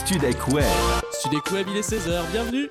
Studek Web. Studek Web, il est 16h, bienvenue.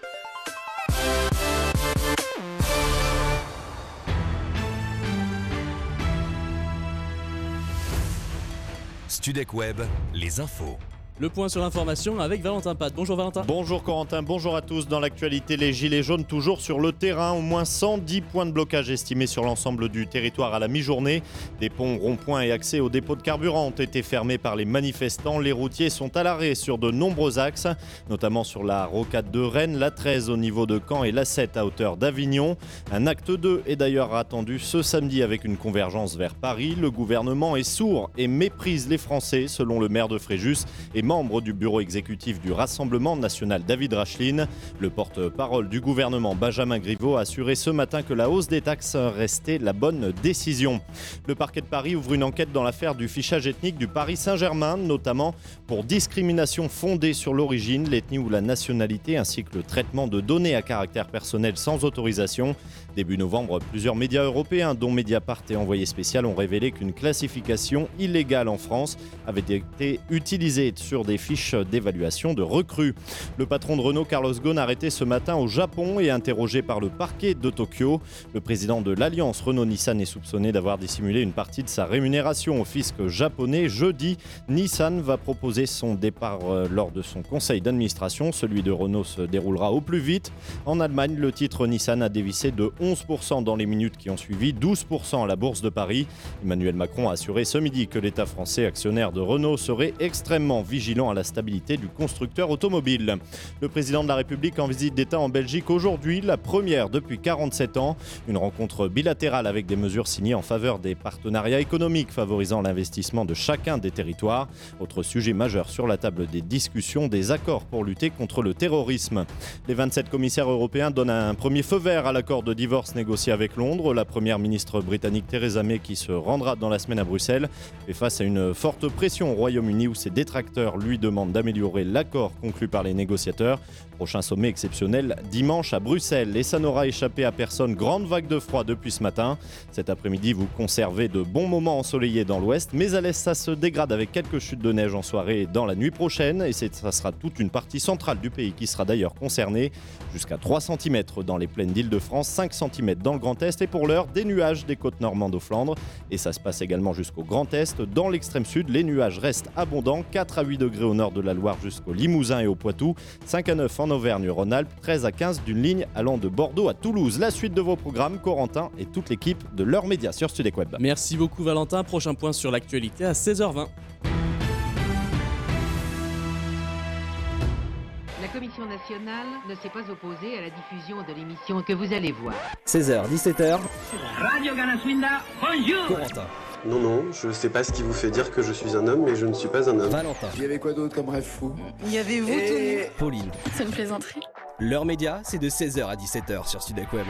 Studek Web, les infos. Le point sur l'information avec Valentin Pat. Bonjour Valentin. Bonjour Corentin, bonjour à tous. Dans l'actualité, les gilets jaunes toujours sur le terrain. Au moins 110 points de blocage estimés sur l'ensemble du territoire à la mi-journée. Des ponts, ronds-points et accès aux dépôts de carburant ont été fermés par les manifestants. Les routiers sont à l'arrêt sur de nombreux axes, notamment sur la rocade de Rennes, la 13 au niveau de Caen et la 7 à hauteur d'Avignon. Un acte 2 est d'ailleurs attendu ce samedi avec une convergence vers Paris. Le gouvernement est sourd et méprise les Français, selon le maire de Fréjus et membre du bureau exécutif du Rassemblement national David Racheline. Le porte-parole du gouvernement Benjamin Griveaux a assuré ce matin que la hausse des taxes restait la bonne décision. Le parquet de Paris ouvre une enquête dans l'affaire du fichage ethnique du Paris Saint-Germain, notamment pour discrimination fondée sur l'origine, l'ethnie ou la nationalité, ainsi que le traitement de données à caractère personnel sans autorisation. Début novembre, plusieurs médias européens, dont Mediapart et Envoyé spécial, ont révélé qu'une classification illégale en France avait été utilisée sur des fiches d'évaluation de recrues. Le patron de Renault, Carlos Ghosn, arrêté ce matin au Japon et interrogé par le parquet de Tokyo. Le président de l'alliance Renault-Nissan est soupçonné d'avoir dissimulé une partie de sa rémunération au fisc japonais. Jeudi, Nissan va proposer son départ lors de son conseil d'administration. Celui de Renault se déroulera au plus vite. En Allemagne, le titre Nissan a dévissé de 11% dans les minutes qui ont suivi, 12% à la Bourse de Paris. Emmanuel Macron a assuré ce midi que l'État français, actionnaire de Renault, serait extrêmement vigilant à la stabilité du constructeur automobile. Le président de la République en visite d'État en Belgique aujourd'hui, la première depuis 47 ans. Une rencontre bilatérale avec des mesures signées en faveur des partenariats économiques favorisant l'investissement de chacun des territoires. Autre sujet majeur sur la table des discussions, des accords pour lutter contre le terrorisme. Les 27 commissaires européens donnent un premier feu vert à l'accord de divorce négocié avec Londres. La première ministre britannique Theresa May, qui se rendra dans la semaine à Bruxelles, fait face à une forte pression au Royaume-Uni où ses détracteurs lui demandent d'améliorer l'accord conclu par les négociateurs. Prochain sommet exceptionnel dimanche à Bruxelles. Et ça n'aura échappé à personne, grande vague de froid depuis ce matin. Cet après-midi, vous conservez de bons moments ensoleillés dans l'ouest, mais à l'est, ça se dégrade avec quelques chutes de neige en soirée et dans la nuit prochaine. Et ça sera toute une partie centrale du pays qui sera d'ailleurs concernée. Jusqu'à 3 cm dans les plaines d'Île-de-France, 5 cm dans le Grand Est. Et pour l'heure, des nuages des côtes normandes aux Flandres. Et ça se passe également jusqu'au Grand Est. Dans l'extrême sud, les nuages restent abondants. 4 à 8 degrés au nord de la Loire jusqu'au Limousin et au Poitou. 5 à 9 en Auvergne-Rhône-Alpes, 13 à 15 d'une ligne allant de Bordeaux à Toulouse. La suite de vos programmes, Corentin et toute l'équipe de L'Heure Média sur Studek Web. Merci beaucoup Valentin. Prochain point sur l'actualité à 16h20. La Commission nationale ne s'est pas opposée à la diffusion de l'émission que vous allez voir. 16h, 17h. Radio Ganaswinda, bonjour. Corentin. Non, je sais pas ce qui vous fait dire que je suis un homme, mais je ne suis pas un homme. Valentin. Il y avait quoi d'autre comme rêve fou? Il y avait vous tout nu. Pauline. C'est une plaisanterie. L'Heure Média, c'est de 16h à 17h sur Studek Web.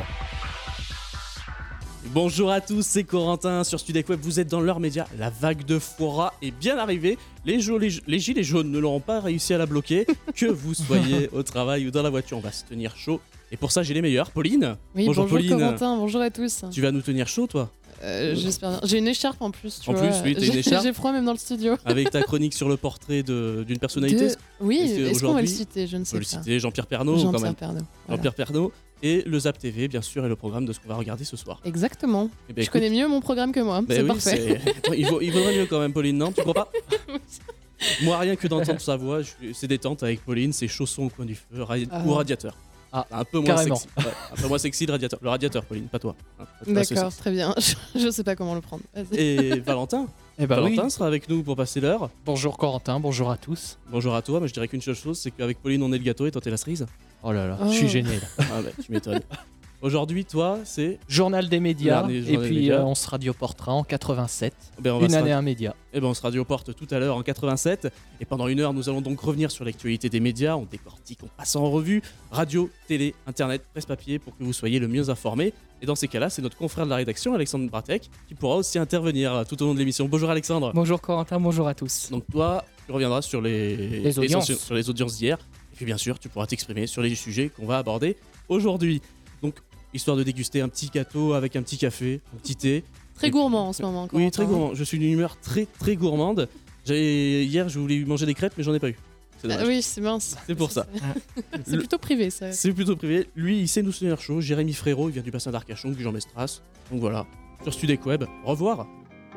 Bonjour à tous, c'est Corentin sur Studek Web. Vous êtes dans L'Heure Média. La vague de froid est bien arrivée. Les gilets jaunes ne l'auront pas réussi à la bloquer. Que vous soyez au travail ou dans la voiture, on va se tenir chaud. Et pour ça, j'ai les meilleurs. Pauline. Oui, bonjour Pauline. Corentin, bonjour à tous. Tu vas nous tenir chaud, toi? J'espère bien. J'ai une écharpe en plus. En plus, oui, t'as une écharpe. J'ai froid même dans le studio. Avec ta chronique sur le portrait d'une personnalité. Oui, est-ce qu'on va le citer? Je ne sais pas. On peut le citer, Jean-Pierre Pernaut. Jean-Pierre Pernaut. Voilà. Jean-Pierre Pernaut. Et le Zap TV, bien sûr, et le programme de ce qu'on va regarder ce soir. Exactement. Je connais mieux mon programme que moi. C'est parfait. Il vaudrait mieux quand même, Pauline, non? Tu crois pas? Moi, rien que d'entendre sa voix, c'est détente avec Pauline, c'est chaussons au coin du feu ou radiateur. Un peu moins sexy. Ouais, un peu moins sexy le radiateur. Le radiateur, Pauline, pas toi. D'accord, très bien. Je sais pas comment le prendre. Vas-y. Et Valentin Valentin sera avec nous pour passer l'heure. Bonjour Corentin, bonjour à tous. Bonjour à toi, mais je dirais qu'une seule chose, c'est qu'avec Pauline on est le gâteau et toi t'es la cerise. Oh là là, je suis gêné là. Ah bah tu m'étonnes. Aujourd'hui, toi, c'est Journal des médias, et puis on se radioportera en 87, une année un média. Et ben on se radioporte tout à l'heure en 87, et pendant une heure, nous allons donc revenir sur l'actualité des médias, on décortique, on passe en revue, radio, télé, internet, presse papier, pour que vous soyez le mieux informés. Et dans ces cas-là, c'est notre confrère de la rédaction, Alexandre Bratek, qui pourra aussi intervenir tout au long de l'émission. Bonjour Alexandre. Bonjour Corentin, bonjour à tous. Donc toi, tu reviendras sur les audiences d'hier, et puis bien sûr, tu pourras t'exprimer sur les sujets qu'on va aborder aujourd'hui. Donc, histoire de déguster un petit gâteau avec un petit café, un petit thé. Très gourmand en ce moment. Oui, très gourmand. Je suis d'une humeur très très gourmande. Hier, je voulais manger des crêpes, mais j'en ai pas eu. C'est dommage. Oui, c'est mince. C'est pour ça. C'est plutôt privé, ça. C'est plutôt privé. Lui, il sait nous tenir chaud. Jérémy Frérot, il vient du bassin d'Arcachon, du Jean Mestras. Donc voilà, sur Studek Web. Au revoir.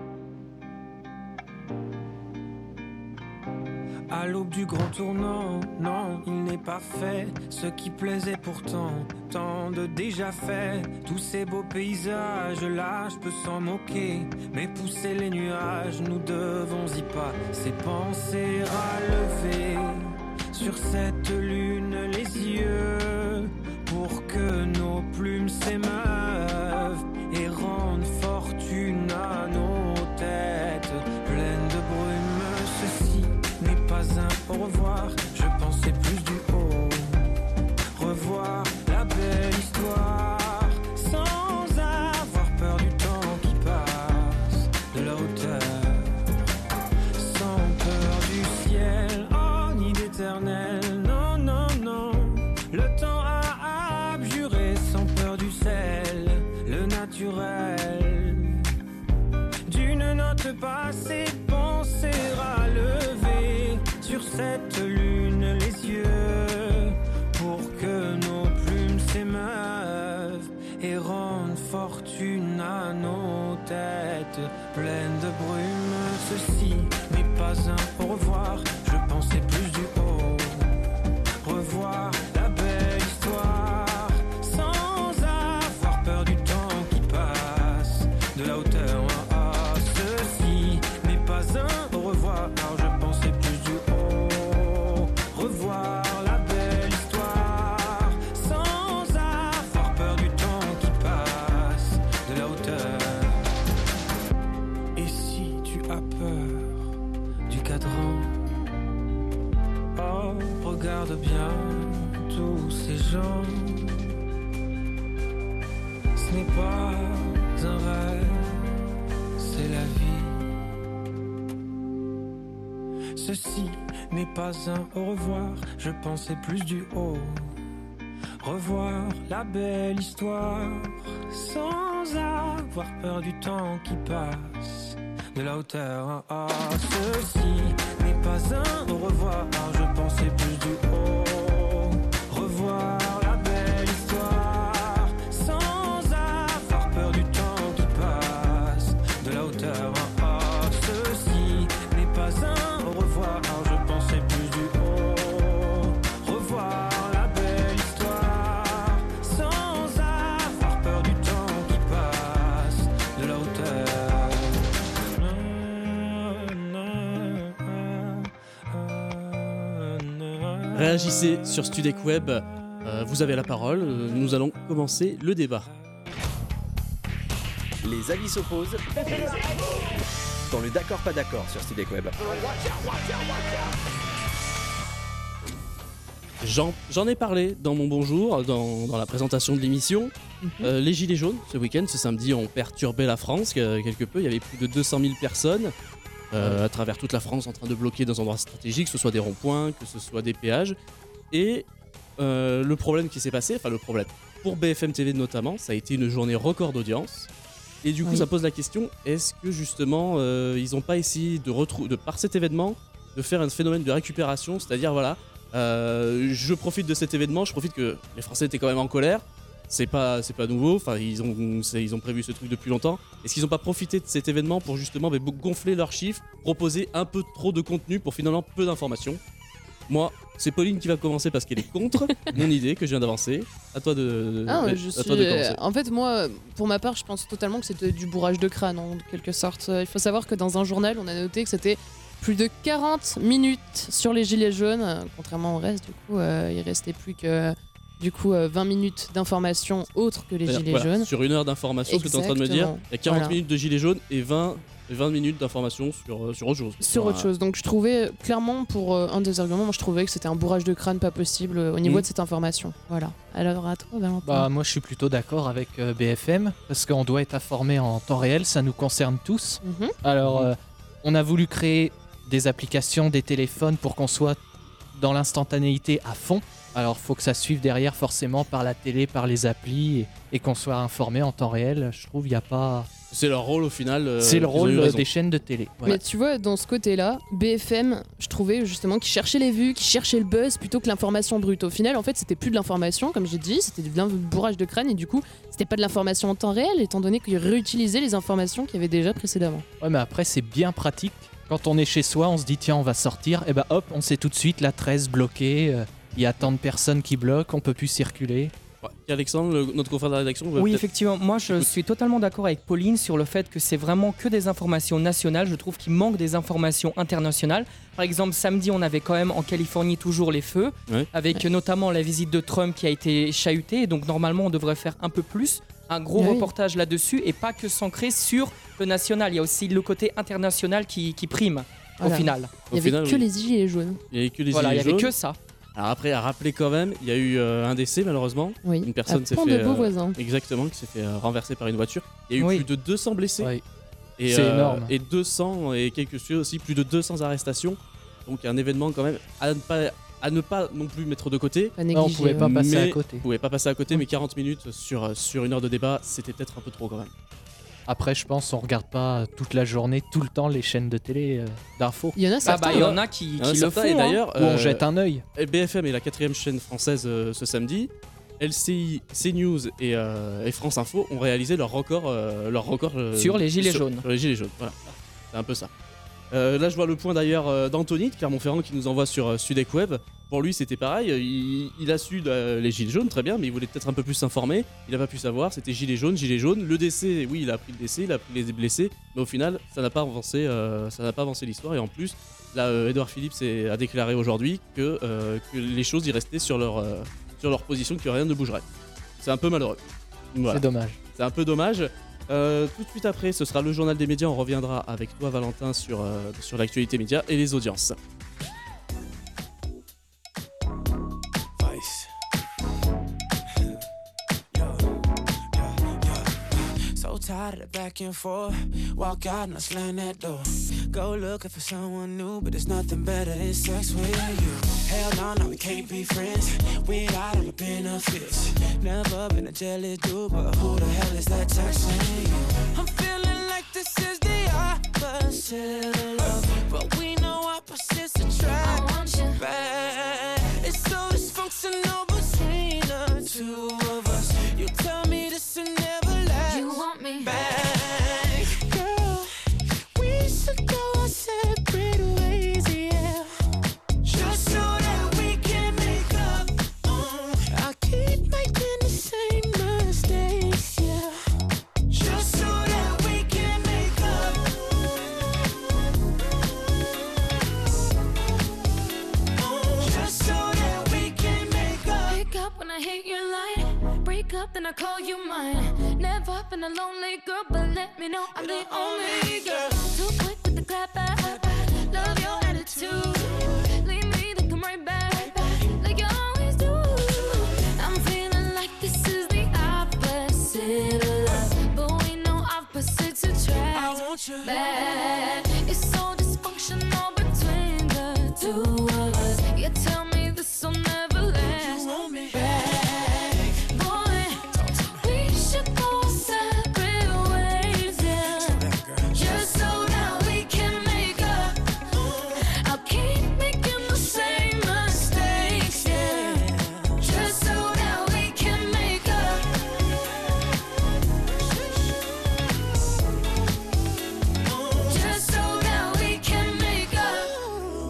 À l'aube du grand tournant, non, il n'est pas fait ce qui plaisait pourtant, tant de déjà fait. Tous ces beaux paysages, là, je peux s'en moquer, mais pousser les nuages, nous devons y pas. Ces pensées relever sur cette lune les yeux, pour que nos plumes s'émeuvent et rendent fortune à nos têtes pleines de brume. Ceci n'est pas un au revoir, je pensais plus du haut. Revoir la belle histoire sans avoir peur du temps qui passe, de la hauteur, sans peur du ciel, oh ni d'éternel. Non, non, non, le temps a abjuré sans peur du sel, le naturel. D'une note passée, penser à lever sur cette lune les yeux, pour que nos plumes s'émeuvent et rendent fortune à nos têtes pleines de brume. Ceci n'est pas un au revoir, je pensais plus du haut. Revoir la belle histoire sans avoir peur du temps qui passe, de la hauteur. Ceci n'est pas un au revoir, je pensais plus du haut. Revoir la belle histoire sans avoir peur du temps qui passe, de la hauteur. Et si tu as peur du cadran, oh, regarde bien tous ces gens. Ce n'est pas un rêve, c'est la vie. Ceci n'est pas un au revoir, je pensais plus du haut. Revoir la belle histoire sans avoir peur du temps qui passe, de la hauteur. Ceci n'est pas un au revoir, je pensais plus du haut. Revoir la belle histoire sans avoir peur du temps qui passe, de la hauteur. Ceci n'est pas un au revoir, je pensais plus du haut. Revoir la belle histoire sans avoir peur du temps qui passe, de la hauteur. Réagissez sur Studek Web, vous avez la parole, nous allons commencer le débat. Les avis s'opposent dans le d'accord pas d'accord sur Studek Web. J'en ai parlé dans mon bonjour, dans la présentation de l'émission. Les gilets jaunes, ce week-end, ce samedi, ont perturbé la France quelque peu. Il y avait plus de 200 000 personnes à travers toute la France en train de bloquer dans un endroit stratégique, que ce soit des ronds-points, que ce soit des péages. Et le problème qui s'est passé, enfin le problème, pour BFM TV notamment, ça a été une journée record d'audience. Et du coup, ça pose la question, est-ce que justement, ils n'ont pas essayé par cet événement, de faire un phénomène de récupération, c'est-à-dire voilà, je profite de cet événement, je profite que les Français étaient quand même en colère, c'est pas nouveau, enfin ils ont prévu ce truc depuis longtemps. Est-ce qu'ils n'ont pas profité de cet événement pour justement gonfler leurs chiffres, proposer un peu trop de contenu pour finalement peu d'informations? Moi, c'est Pauline qui va commencer parce qu'elle est contre mon idée que je viens d'avancer. À toi de commencer. En fait, moi, pour ma part, je pense totalement que c'était du bourrage de crâne, en quelque sorte. Il faut savoir que dans un journal, on a noté que c'était plus de 40 minutes sur les gilets jaunes, contrairement au reste. Du coup, il restait plus que 20 minutes d'information autres que les gilets jaunes. Sur une heure d'information, ce que tu es en train de me dire, il y a 40 minutes de gilets jaunes et 20 minutes d'information sur autre chose. Sur autre chose. Donc je trouvais, clairement, pour un des arguments, moi je trouvais que c'était un bourrage de crâne pas possible au niveau de cette information. Voilà. Alors à toi, Valentin. Moi je suis plutôt d'accord avec BFM, parce qu'on doit être informé en temps réel, ça nous concerne tous. Alors, on a voulu créer des applications, des téléphones pour qu'on soit dans l'instantanéité à fond. Alors faut que ça suive derrière forcément par la télé, par les applis et qu'on soit informé en temps réel. Je trouve il n'y a pas C'est leur rôle au final. C'est le ils ont eu rôle raison. des chaînes de télé. Voilà. Mais tu vois, dans ce côté-là, BFM, je trouvais justement qu'ils cherchaient les vues, qu'ils cherchaient le buzz plutôt que l'information brute. Au final, en fait, c'était plus de l'information, comme j'ai dit, c'était du bourrage de crâne et du coup, c'était pas de l'information en temps réel, étant donné qu'ils réutilisaient les informations qu'il y avait déjà précédemment. Ouais, mais après, c'est bien pratique. Quand on est chez soi, on se dit tiens, on va sortir, et bah hop, on sait tout de suite la 13 bloquée, il y a tant de personnes qui bloquent, on peut plus circuler. Ouais. Et Alexandre, notre confrère de la rédaction. Oui, effectivement, moi je suis totalement d'accord avec Pauline sur le fait que c'est vraiment que des informations nationales. Je trouve qu'il manque des informations internationales. Par exemple, samedi, on avait quand même en Californie toujours les feux, avec notamment la visite de Trump qui a été chahutée. Et donc normalement, on devrait faire un peu plus, un gros reportage là-dessus, et pas que s'ancrer sur le national. Il y a aussi le côté international qui prime au final. Il y avait que les gilets jaunes. Il y avait que les voilà, il y gilets avait jaunes. que ça. Alors après, à rappeler quand même, il y a eu un décès malheureusement. Oui. Une personne s'est Pont fait de Beauvoisin. exactement, qui s'est fait renverser par une voiture. Il y a eu plus de 200 blessés. Oui. Et, c'est énorme. Et 200 et quelques tués aussi, plus de 200 arrestations. Donc un événement quand même à ne pas non plus mettre de côté. Non, on pouvait pas passer à côté. On pouvait pas passer à côté, mais 40 minutes sur une heure de débat, c'était peut-être un peu trop quand même. Après, je pense on regarde pas toute la journée, tout le temps les chaînes de télé d'infos. Il y en a certains. Il y en a qui le font. Et d'ailleurs, où on jette un œil. BFM est la 4e chaîne française ce samedi. LCI, CNews et France Info ont réalisé leur record sur les gilets jaunes. Sur les gilets jaunes, voilà. C'est un peu ça. Là, je vois le point d'ailleurs d'Anthony de Clermont-Ferrand qui nous envoie sur Sudec Web. Pour lui, c'était pareil. Il a su les gilets jaunes, très bien, mais il voulait peut-être un peu plus s'informer. Il n'a pas pu savoir. C'était gilets jaunes. Le décès, oui, il a pris le décès, il a pris les blessés, mais au final, ça n'a pas avancé l'histoire. Et en plus, là, Edouard Philippe a déclaré aujourd'hui que les choses y restaient sur leur position, que rien ne bougerait. C'est un peu malheureux. Voilà. C'est dommage. C'est un peu dommage. Tout de suite après, ce sera le journal des médias. On reviendra avec toi, Valentin, sur l'actualité média et les audiences. Tired of the back and forth. Walk out and I slam that door. Go looking for someone new, but there's nothing better than sex with you. Hell no, we can't be friends without all the benefits. Never been a jealous dude, but who the hell is that texting you? I'm feeling like this is the opposite of love, but we know opposites attract. I want you back. It's so dysfunctional between the two of us. You tell me this and never last. You want me back, girl? We should go our separate ways, yeah. Just so that we can make up. I keep making the same mistakes, yeah. Just so that we can make up. Just so that we can make up. Pick up when I hit your line. Break up, then I call you mine. Never been a lonely girl, but let me know I'm the only girl. Too quick with the clap back. Love your attitude. Leave me, then come right back. Like you always do. I'm feeling like this is the opposite of love, but we know opposites attract. I want you back. It's so dysfunctional between the two of us. You tell me this will never last. You want me back, boy. We should go separate ways, yeah. Just so that we can make up. I'll keep making the same mistakes, yeah. Just so that we can make up. Just so that we can make up.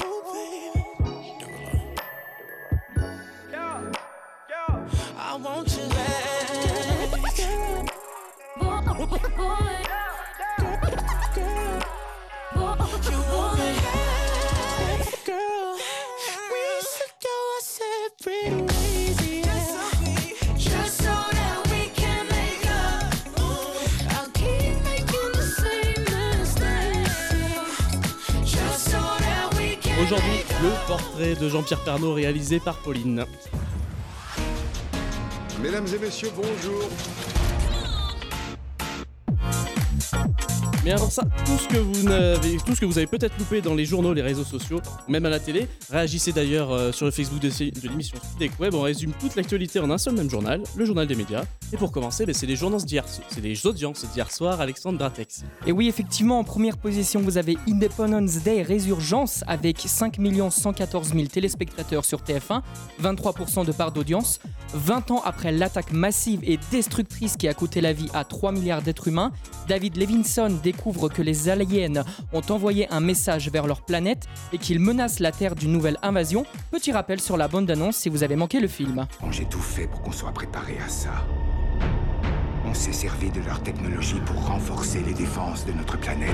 I want you back, girl. You want me back, girl. We should go our separate ways, yeah. Just so that we can make up. I'll keep making the same mistakes, yeah. Just so that we can Aujourd'hui, make up. le portrait de Jean-Pierre Pernaut réalisé par Pauline. Mesdames et messieurs, bonjour. Mais avant ça, tout ce que vous avez peut-être loupé dans les journaux, les réseaux sociaux, même à la télé, réagissez d'ailleurs sur le Facebook de l'émission Studek Web. On résume toute l'actualité en un seul même journal, le journal des médias. Et pour commencer, c'est les audiences d'hier soir, Alexandre Dratex. Et oui, effectivement, en première position, vous avez Independence Day Résurgence avec 5 114 000 téléspectateurs sur TF1, 23% de part d'audience. 20 ans après l'attaque massive et destructrice qui a coûté la vie à 3 milliards d'êtres humains, David Levinson découvre que les aliens ont envoyé un message vers leur planète et qu'ils menacent la Terre d'une nouvelle invasion. Petit rappel sur la bande-annonce si vous avez manqué le film. J'ai tout fait pour qu'on soit préparé à ça. On s'est servi de leur technologie pour renforcer les défenses de notre planète.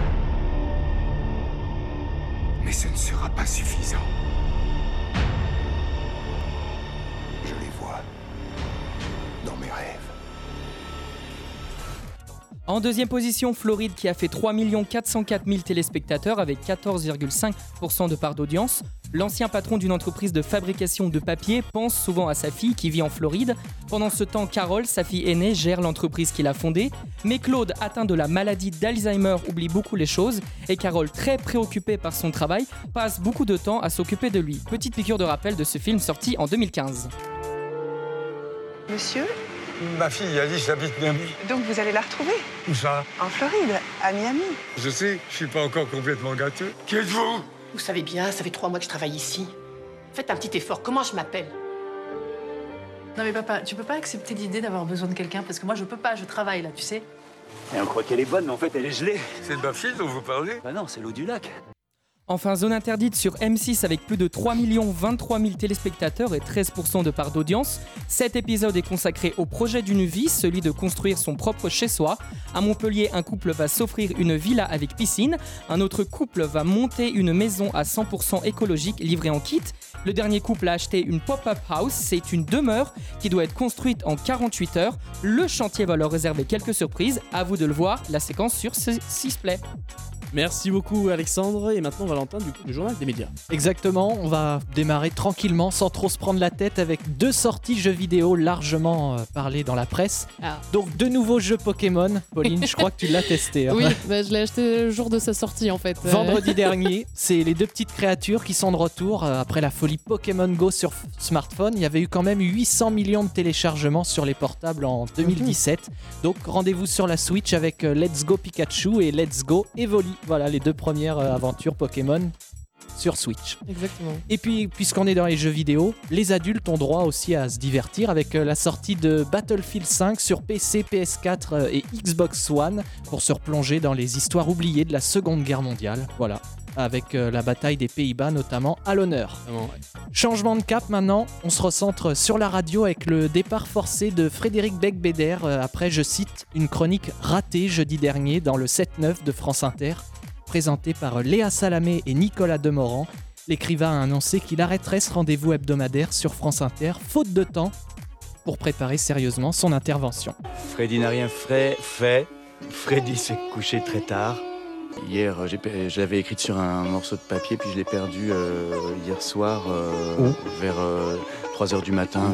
Mais ce ne sera pas suffisant. Je les vois dans mes rêves. En deuxième position, Floride qui a fait 3 404 000 téléspectateurs avec 14,5% de part d'audience. L'ancien patron d'une entreprise de fabrication de papier pense souvent à sa fille qui vit en Floride. Pendant ce temps, Carole, sa fille aînée, gère l'entreprise qu'il a fondée. Mais Claude, atteint de la maladie d'Alzheimer, oublie beaucoup les choses. Et Carole, très préoccupée par son travail, passe beaucoup de temps à s'occuper de lui. Petite piqûre de rappel de ce film sorti en 2015. Monsieur ? Ma fille Alice habite Miami. Donc vous allez la retrouver ? Où ça ? En Floride, à Miami. Je sais, je suis pas encore complètement gâteux. Qui êtes-vous ? Vous savez bien, ça fait 3 mois que je travaille ici. Faites un petit effort, comment je m'appelle ? Non mais papa, tu peux pas accepter l'idée d'avoir besoin de quelqu'un parce que moi je peux pas, je travaille là, tu sais. Et on croit qu'elle est bonne, mais en fait elle est gelée. C'est de ma fille dont vous parlez ? Bah non, c'est l'eau du lac. Enfin, Zone Interdite sur M6 avec plus de 3 23 000 téléspectateurs et 13% de part d'audience. Cet épisode est consacré au projet d'une vie, celui de construire son propre chez-soi. À Montpellier, un couple va s'offrir une villa avec piscine. Un autre couple va monter une maison à 100% écologique livrée en kit. Le dernier couple a acheté une pop-up house. C'est une demeure qui doit être construite en 48 heures. Le chantier va leur réserver quelques surprises. À vous de le voir, la séquence sur Sisplay. Merci beaucoup Alexandre, et maintenant Valentin du coup du journal des médias. Exactement, on va démarrer tranquillement sans trop se prendre la tête avec 2 sorties jeux vidéo largement parlées dans la presse. Donc 2 nouveaux jeux Pokémon. Pauline, je crois que tu l'as testé. Hein. Oui, je l'ai acheté le jour de sa sortie en fait. Vendredi dernier, c'est les 2 petites créatures qui sont de retour après la folie Pokémon Go sur smartphone. Il y avait eu quand même 800 millions de téléchargements sur les portables en 2017. Donc rendez-vous sur la Switch avec Let's Go Pikachu et Let's Go Evoli. Voilà les 2 premières aventures Pokémon sur Switch. Exactement. Et puis, puisqu'on est dans les jeux vidéo, les adultes ont droit aussi à se divertir avec la sortie de Battlefield 5 sur PC, PS4 et Xbox One pour se replonger dans les histoires oubliées de la Seconde Guerre mondiale. Voilà. Avec la bataille des Pays-Bas notamment à l'honneur. Changement de cap maintenant, on se recentre sur la radio avec le départ forcé de Frédéric Beigbeder après, je cite, une chronique ratée jeudi dernier dans le 7-9 de France Inter, présentée par Léa Salamé et Nicolas Demorand. L'écrivain a annoncé qu'il arrêterait ce rendez-vous hebdomadaire sur France Inter, faute de temps, pour préparer sérieusement son intervention. Freddy n'a rien fait. Freddy s'est couché très tard. Hier, je l'avais écrite sur un morceau de papier, puis je l'ai perdu hier soir vers 3h du matin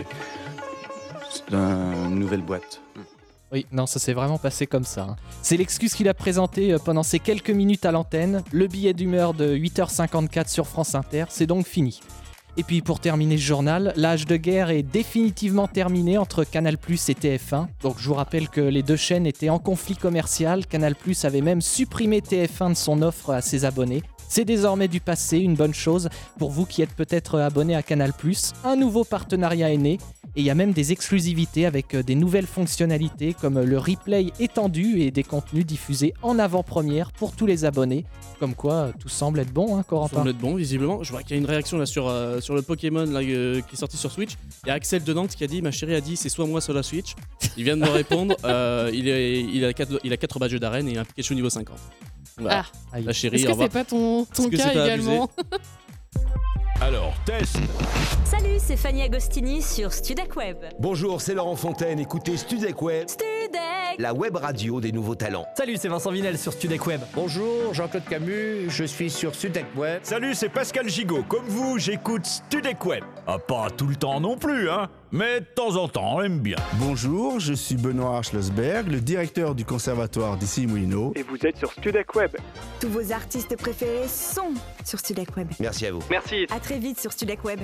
d'une nouvelle boîte. Oui, non, ça s'est vraiment passé comme ça. Hein. C'est l'excuse qu'il a présentée pendant ces quelques minutes à l'antenne. Le billet d'humeur de 8h54 sur France Inter, c'est donc fini. Et puis pour terminer ce journal, l'âge de guerre est définitivement terminé entre Canal+ et TF1. Donc je vous rappelle que les 2 chaînes étaient en conflit commercial. Canal+ avait même supprimé TF1 de son offre à ses abonnés. C'est désormais du passé, une bonne chose pour vous qui êtes peut-être abonnés à Canal+. Un nouveau partenariat est né et il y a même des exclusivités avec des nouvelles fonctionnalités comme le replay étendu et des contenus diffusés en avant-première pour tous les abonnés. Comme quoi, tout semble être bon, hein, Corentin. Tout semble être bon, visiblement. Je vois qu'il y a une réaction là sur le Pokémon là, qui est sorti sur Switch. Il y a Axel de Nantes qui a dit, ma chérie a dit, c'est soit moi, soit la Switch. Il vient de me répondre. Il a 4 badges d'arène et un Pikachu niveau 50. Voilà. La chérie, est-ce que c'est pas ton cas également? Alors, test. Salut, c'est Fanny Agostini sur Studek Web. Bonjour, c'est Laurent Fontaine, écoutez Studek Web. Studek la web radio des nouveaux talents. Salut, c'est Vincent Vinel sur Studec Web. Bonjour, Jean-Claude Camus, je suis sur Studec Web. Salut, c'est Pascal Gigot. Comme vous, j'écoute Studec Web. Ah, pas tout le temps non plus, hein, mais de temps en temps, on aime bien. Bonjour, je suis Benoît Schlossberg, le directeur du conservatoire d'Issy-Moulineaux. Et vous êtes sur Studec Web. Tous vos artistes préférés sont sur Studec Web. Merci à vous. Merci. À très vite sur Studec Web.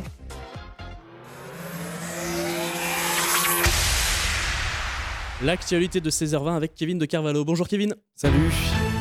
L'actualité de 16h20 avec Kevin de Carvalho. Bonjour Kevin. Salut.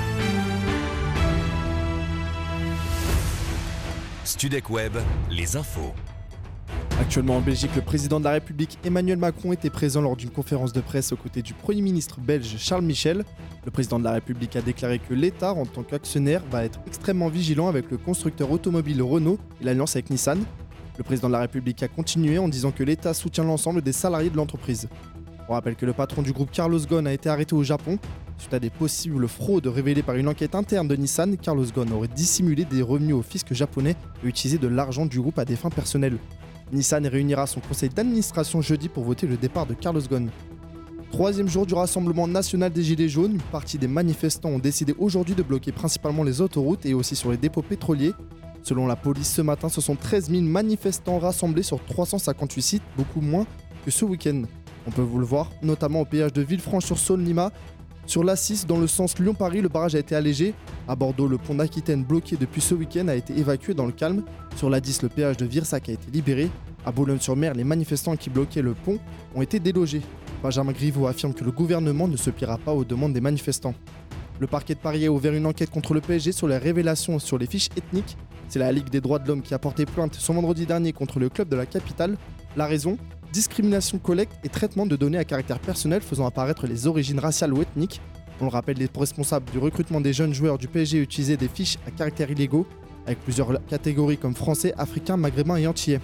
Studec Web, les infos. Actuellement en Belgique, le président de la République Emmanuel Macron était présent lors d'une conférence de presse aux côtés du Premier ministre belge Charles Michel. Le président de la République a déclaré que l'État, en tant qu'actionnaire, va être extrêmement vigilant avec le constructeur automobile Renault et l'alliance avec Nissan. Le président de la République a continué en disant que l'État soutient l'ensemble des salariés de l'entreprise. On rappelle que le patron du groupe Carlos Ghosn a été arrêté au Japon. Suite à des possibles fraudes révélées par une enquête interne de Nissan, Carlos Ghosn aurait dissimulé des revenus au fisc japonais et utilisé de l'argent du groupe à des fins personnelles. Nissan réunira son conseil d'administration jeudi pour voter le départ de Carlos Ghosn. Troisième jour du Rassemblement national des Gilets jaunes, une partie des manifestants ont décidé aujourd'hui de bloquer principalement les autoroutes et aussi sur les dépôts pétroliers. Selon la police, ce matin, ce sont 13 000 manifestants rassemblés sur 358 sites, beaucoup moins que ce week-end. On peut vous le voir, notamment au péage de Villefranche-sur-Saône-Lima. Sur l'A6, dans le sens Lyon-Paris, le barrage a été allégé. À Bordeaux, le pont d'Aquitaine, bloqué depuis ce week-end, a été évacué dans le calme. Sur l'A10, le péage de Virsac a été libéré. À Boulogne-sur-Mer, les manifestants qui bloquaient le pont ont été délogés. Benjamin Griveaux affirme que le gouvernement ne se pliera pas aux demandes des manifestants. Le parquet de Paris a ouvert une enquête contre le PSG sur les révélations sur les fiches ethniques. C'est la Ligue des droits de l'homme qui a porté plainte ce vendredi dernier contre le club de la capitale. La raison ? Discrimination, collecte et traitement de données à caractère personnel faisant apparaître les origines raciales ou ethniques. On le rappelle, les responsables du recrutement des jeunes joueurs du PSG utilisaient des fiches à caractère illégaux, avec plusieurs catégories comme français, africains, maghrébins et antillais.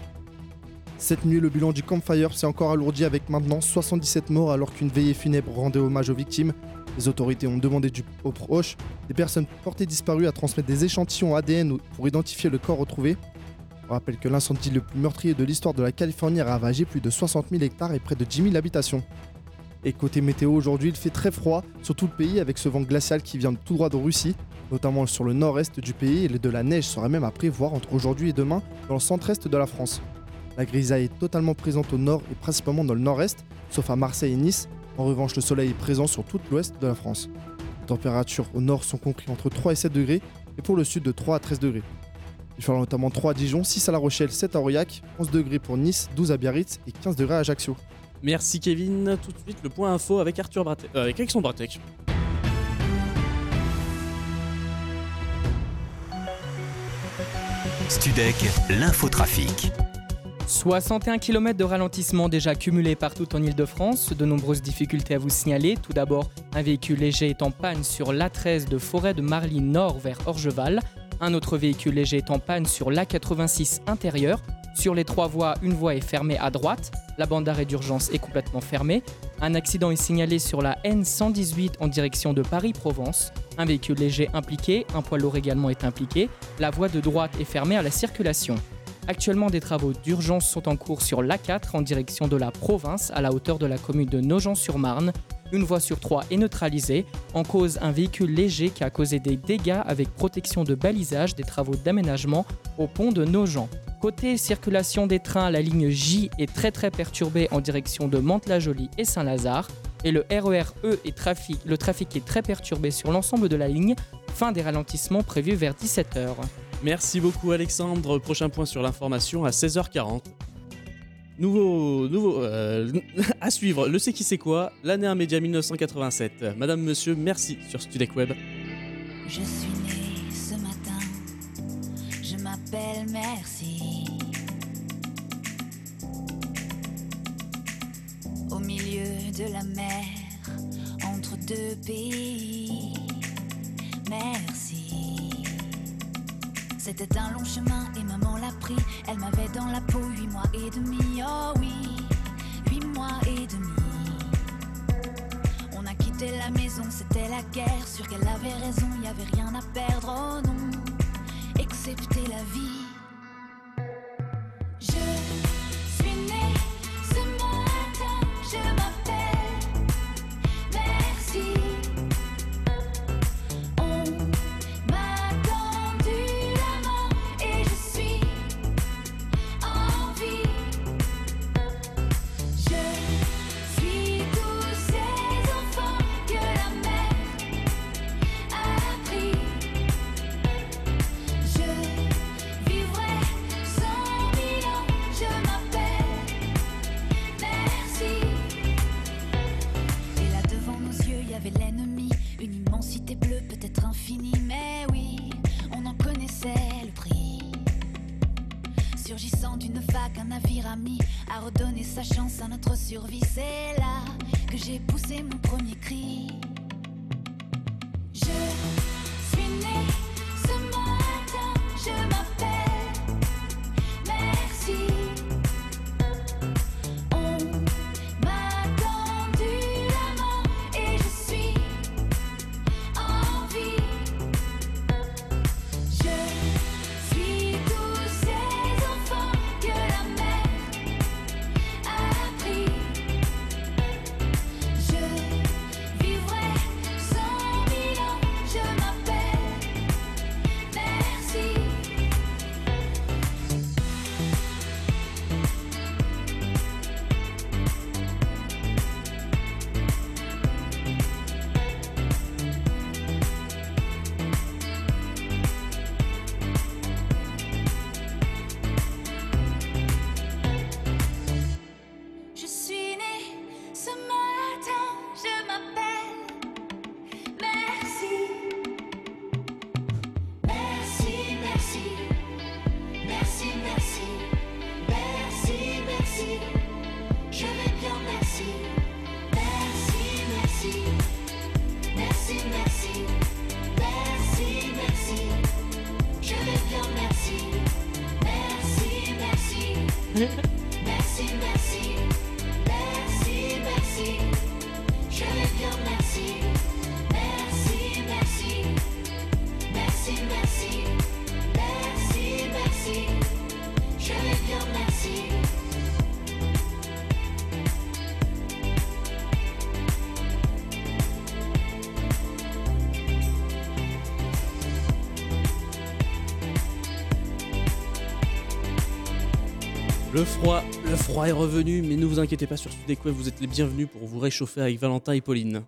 Cette nuit, le bilan du Campfire s'est encore alourdi avec maintenant 77 morts alors qu'une veillée funèbre rendait hommage aux victimes. Les autorités ont demandé aux proches des personnes portées disparues à transmettre des échantillons ADN pour identifier le corps retrouvé. On rappelle que l'incendie le plus meurtrier de l'histoire de la Californie a ravagé plus de 60 000 hectares et près de 10 000 habitations. Et côté météo, aujourd'hui, il fait très froid sur tout le pays avec ce vent glacial qui vient tout droit de Russie, notamment sur le nord-est du pays, et de la neige sera même à prévoir entre aujourd'hui et demain dans le centre-est de la France. La grisaille est totalement présente au nord et principalement dans le nord-est, sauf à Marseille et Nice. En revanche, le soleil est présent sur tout l'ouest de la France. Les températures au nord sont comprises entre 3 et 7 degrés, et pour le sud de 3 à 13 degrés. Il fera notamment 3 à Dijon, 6 à La Rochelle, 7 à Aurillac, 11 degrés pour Nice, 12 à Biarritz et 15 degrés à Ajaccio. Merci Kevin. Tout de suite, le point info avec avec Alexandre Bratek. Studec, l'infotrafic. 61 km de ralentissement déjà cumulés partout en Ile-de-France. De nombreuses difficultés à vous signaler. Tout d'abord, un véhicule léger est en panne sur l'A13 de Forêt de Marly Nord vers Orgeval. Un autre véhicule léger est en panne sur l'A86 intérieur. Sur les 3 voies, une voie est fermée à droite. La bande d'arrêt d'urgence est complètement fermée. Un accident est signalé sur la N118 en direction de Paris-Provence. Un véhicule léger impliqué, un poids lourd également est impliqué. La voie de droite est fermée à la circulation. Actuellement, des travaux d'urgence sont en cours sur l'A4 en direction de la province à la hauteur de la commune de Nogent-sur-Marne. Une voie sur 3 est neutralisée. En cause, un véhicule léger qui a causé des dégâts avec protection de balisage des travaux d'aménagement au pont de Nogent. Côté circulation des trains, la ligne J est très perturbée en direction de Mantes-la-Jolie et Saint-Lazare. Et le RER E le trafic est très perturbé sur l'ensemble de la ligne. Fin des ralentissements prévus vers 17h. Merci beaucoup Alexandre. Prochain point sur l'information à 16h40. À suivre, le C'est qui c'est quoi, l'année immédiat 1987. Madame, monsieur, merci sur Studec Web. Je suis née ce matin, je m'appelle Merci. Au milieu de la mer, entre 2 pays. Merci. C'était un long chemin et maman l'a pris. Elle m'avait dans la peau 8 mois et demi. Oh oui, 8 mois et demi. On a quitté la maison, c'était la guerre. Sûr qu'elle avait raison, y avait rien à perdre. Oh non, excepté la vie. Je suis née ce matin, je m'appelle Merci. Surgissant d'une vague, un navire ami a redonné sa chance à notre survie. C'est là que j'ai poussé mon premier cri. Je suis née ce matin, je m'appelle Merci. On m'a tendu la main et je suis en vie. Je suis tous ces enfants que la mer a pris. Je vivrai 100 000 ans, je m'appelle Merci. Je suis née ce matin, je m'appelle Merci. Merci, merci. Merci, merci. Merci, merci. Je vais bien, merci. Merci, merci. Merci, merci. Merci, merci. Je vais bien, merci. Merci, merci. Merci, merci. Merci, merci. Je vais bien, merci. Merci, merci. Merci, merci. Merci, merci. Je vais bien, merci. Le froid est revenu, mais ne vous inquiétez pas sur Sudek-Web, vous êtes les bienvenus pour vous réchauffer avec Valentin et Pauline.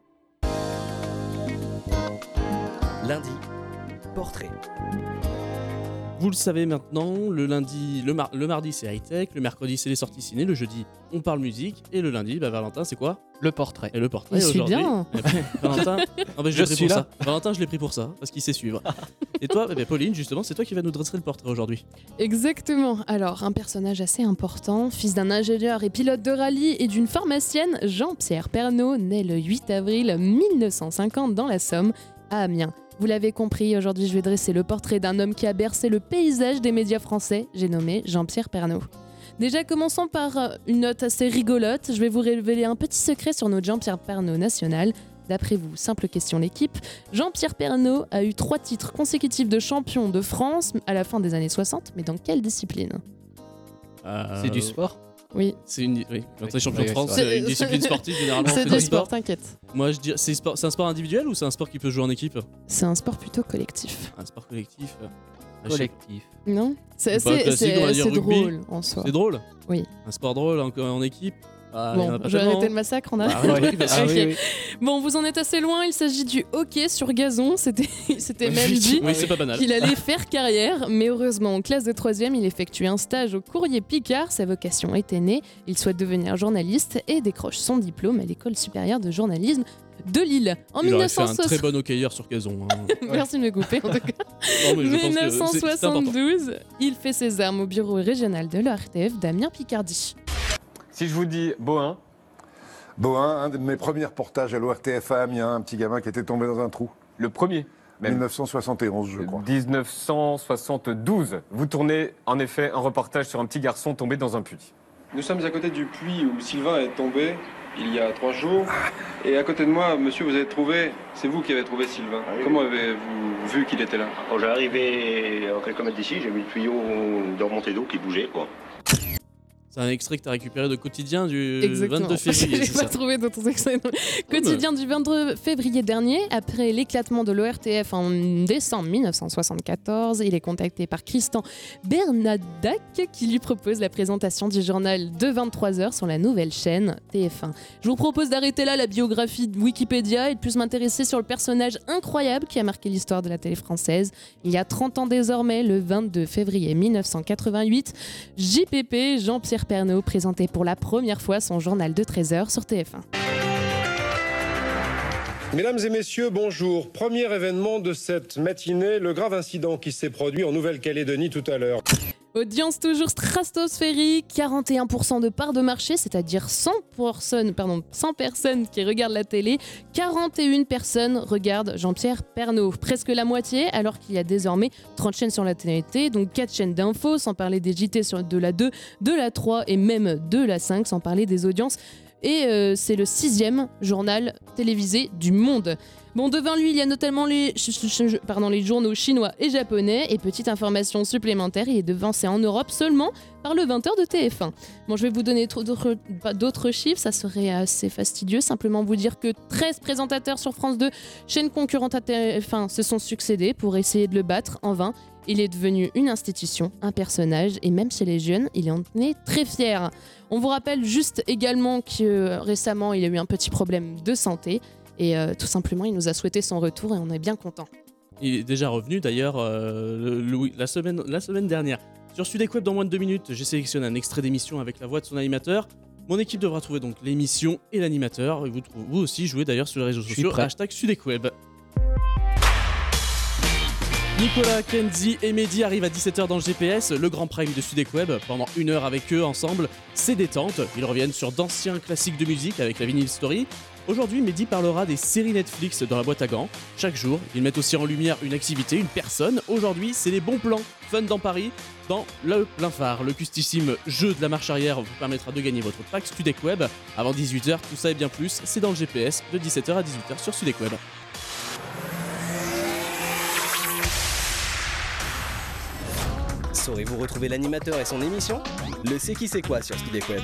Lundi, portrait. Vous le savez maintenant, le mardi c'est high-tech, le mercredi c'est les sorties ciné, le jeudi on parle musique, et le lundi, Valentin c'est quoi ? Le portrait. Et le portrait Il suit aujourd'hui. bien. Eh ben, Valentin, Je suis là. Valentin, je l'ai pris pour ça, parce qu'il sait suivre. Et toi, Pauline, justement, c'est toi qui vas nous dresser le portrait aujourd'hui. Exactement. Alors, un personnage assez important, fils d'un ingénieur et pilote de rallye et d'une pharmacienne, Jean-Pierre Pernaut, né le 8 avril 1950 dans la Somme, à Amiens. Vous l'avez compris, aujourd'hui je vais dresser le portrait d'un homme qui a bercé le paysage des médias français, j'ai nommé Jean-Pierre Pernaut. Déjà, commençons par une note assez rigolote, je vais vous révéler un petit secret sur notre Jean-Pierre Pernaut national. D'après vous, simple question l'équipe, Jean-Pierre Pernaut a eu 3 titres consécutifs de champion de France à la fin des années 60, mais dans quelle discipline ? C'est du sport ? Oui. Quand t'es champion de France, c'est- c'est une discipline sportive généralement. C'est on fait du sport, t'inquiète. Moi je dis, c'est un sport individuel ou c'est un sport qui peut se jouer en équipe ? C'est un sport plutôt collectif. Un sport collectif. Collectif. Non ? C'est Pas classique, on va dire rugby. drôle en soi. C'est drôle ? Oui. Un sport drôle en équipe. Ah, il y en Bon, a pas je vais tellement, arrêter hein. le massacre, on a. Bah, ouais, bah, Ok. oui. Bon, vous en êtes assez loin, il s'agit du hockey sur gazon. C'était même dit Oui, c'est pas banal. qu'il allait faire carrière, mais heureusement, en classe de 3e, il effectue un stage au Courrier Picard. Sa vocation était née. Il souhaite devenir journaliste et décroche son diplôme à l'École supérieure de journalisme de Lille. En Il aurait fait un 1960. très bon hockeyeur sur gazon. hein. Merci de me couper en tout cas. Non, mais je pense que c'est important. 1972, il fait ses armes au bureau régional de l'ORTF d'Amiens Picardie. Si je vous dis Bohin. Bohin, un de mes premiers reportages à l'ORTF à Amiens, un petit gamin qui était tombé dans un trou. Le premier même. 1971, je crois. 1972. Vous tournez en effet un reportage sur un petit garçon tombé dans un puits. Nous sommes à côté du puits où Sylvain est tombé il y a 3 jours. Et à côté de moi, monsieur, vous avez trouvé, c'est vous qui avez trouvé Sylvain. Comment avez-vous vu qu'il était là? Quand j'arrivais à quelques mètres d'ici, j'ai vu le tuyau de remontée d'eau qui bougeait, quoi. C'est un extrait que tu as récupéré de Quotidien du Exactement. 22 février. J'ai c'est pas ça trouvé d'autres extraits. Quotidien du 22 février dernier, après l'éclatement de l'ORTF en décembre 1974, il est contacté par Christian Bernadac qui lui propose la présentation du journal de 23h sur la nouvelle chaîne TF1. Je vous propose d'arrêter là la biographie de Wikipédia et de plus m'intéresser sur le personnage incroyable qui a marqué l'histoire de la télé française. Il y a 30 ans désormais, le 22 février 1988, JPP, Jean-Pierre Pernaut présentait pour la première fois son journal de 13h sur TF1. Mesdames et messieurs, bonjour. Premier événement de cette matinée, le grave incident qui s'est produit en Nouvelle-Calédonie tout à l'heure. Audience toujours stratosphérique, 41% de part de marché, c'est-à-dire 100 personnes qui regardent la télé, 41 personnes regardent Jean-Pierre Pernaut. Presque la moitié, alors qu'il y a désormais 30 chaînes sur la TNT, donc 4 chaînes d'infos, sans parler des JT de la 2, de la 3 et même de la 5, sans parler des audiences. Et c'est le 6e journal télévisé du monde. Bon, devant lui, il y a notamment les journaux chinois et japonais. Et petite information supplémentaire, il est devancé en Europe seulement par le 20h de TF1. Bon, je vais vous donner d'autres chiffres, ça serait assez fastidieux. Simplement vous dire que 13 présentateurs sur France 2, chaîne concurrente à TF1, se sont succédés pour essayer de le battre en vain. Il est devenu une institution, un personnage, et même chez les jeunes, il en est très fier. On vous rappelle juste également que récemment, il a eu un petit problème de santé. Et tout simplement, il nous a souhaité son retour et on est bien content. Il est déjà revenu d'ailleurs la semaine dernière. Sur Sudek Web, dans moins de 2 minutes, j'ai sélectionné un extrait d'émission avec la voix de son animateur. Mon équipe devra trouver donc l'émission et l'animateur. Et vous aussi, jouez d'ailleurs sur les réseaux sociaux, #SudekWeb. Nicolas, Kenzie et Mehdi arrivent à 17h dans le GPS, le grand prime de Sudek Web. Pendant 1 heure avec eux ensemble, c'est détente. Ils reviennent sur d'anciens classiques de musique avec la Vinyl Story. Aujourd'hui, Mehdi parlera des séries Netflix dans la boîte à gants. Chaque jour, ils mettent aussi en lumière une activité, une personne. Aujourd'hui, c'est les bons plans fun dans Paris, dans le plein phare. Le custissime jeu de la marche arrière vous permettra de gagner votre pack Sudek Web. Avant 18h, tout ça et bien plus, c'est dans le GPS de 17h à 18h sur Sudek Web. Saurez-vous retrouver l'animateur et son émission ? Le C'est qui c'est quoi sur Sudek Web.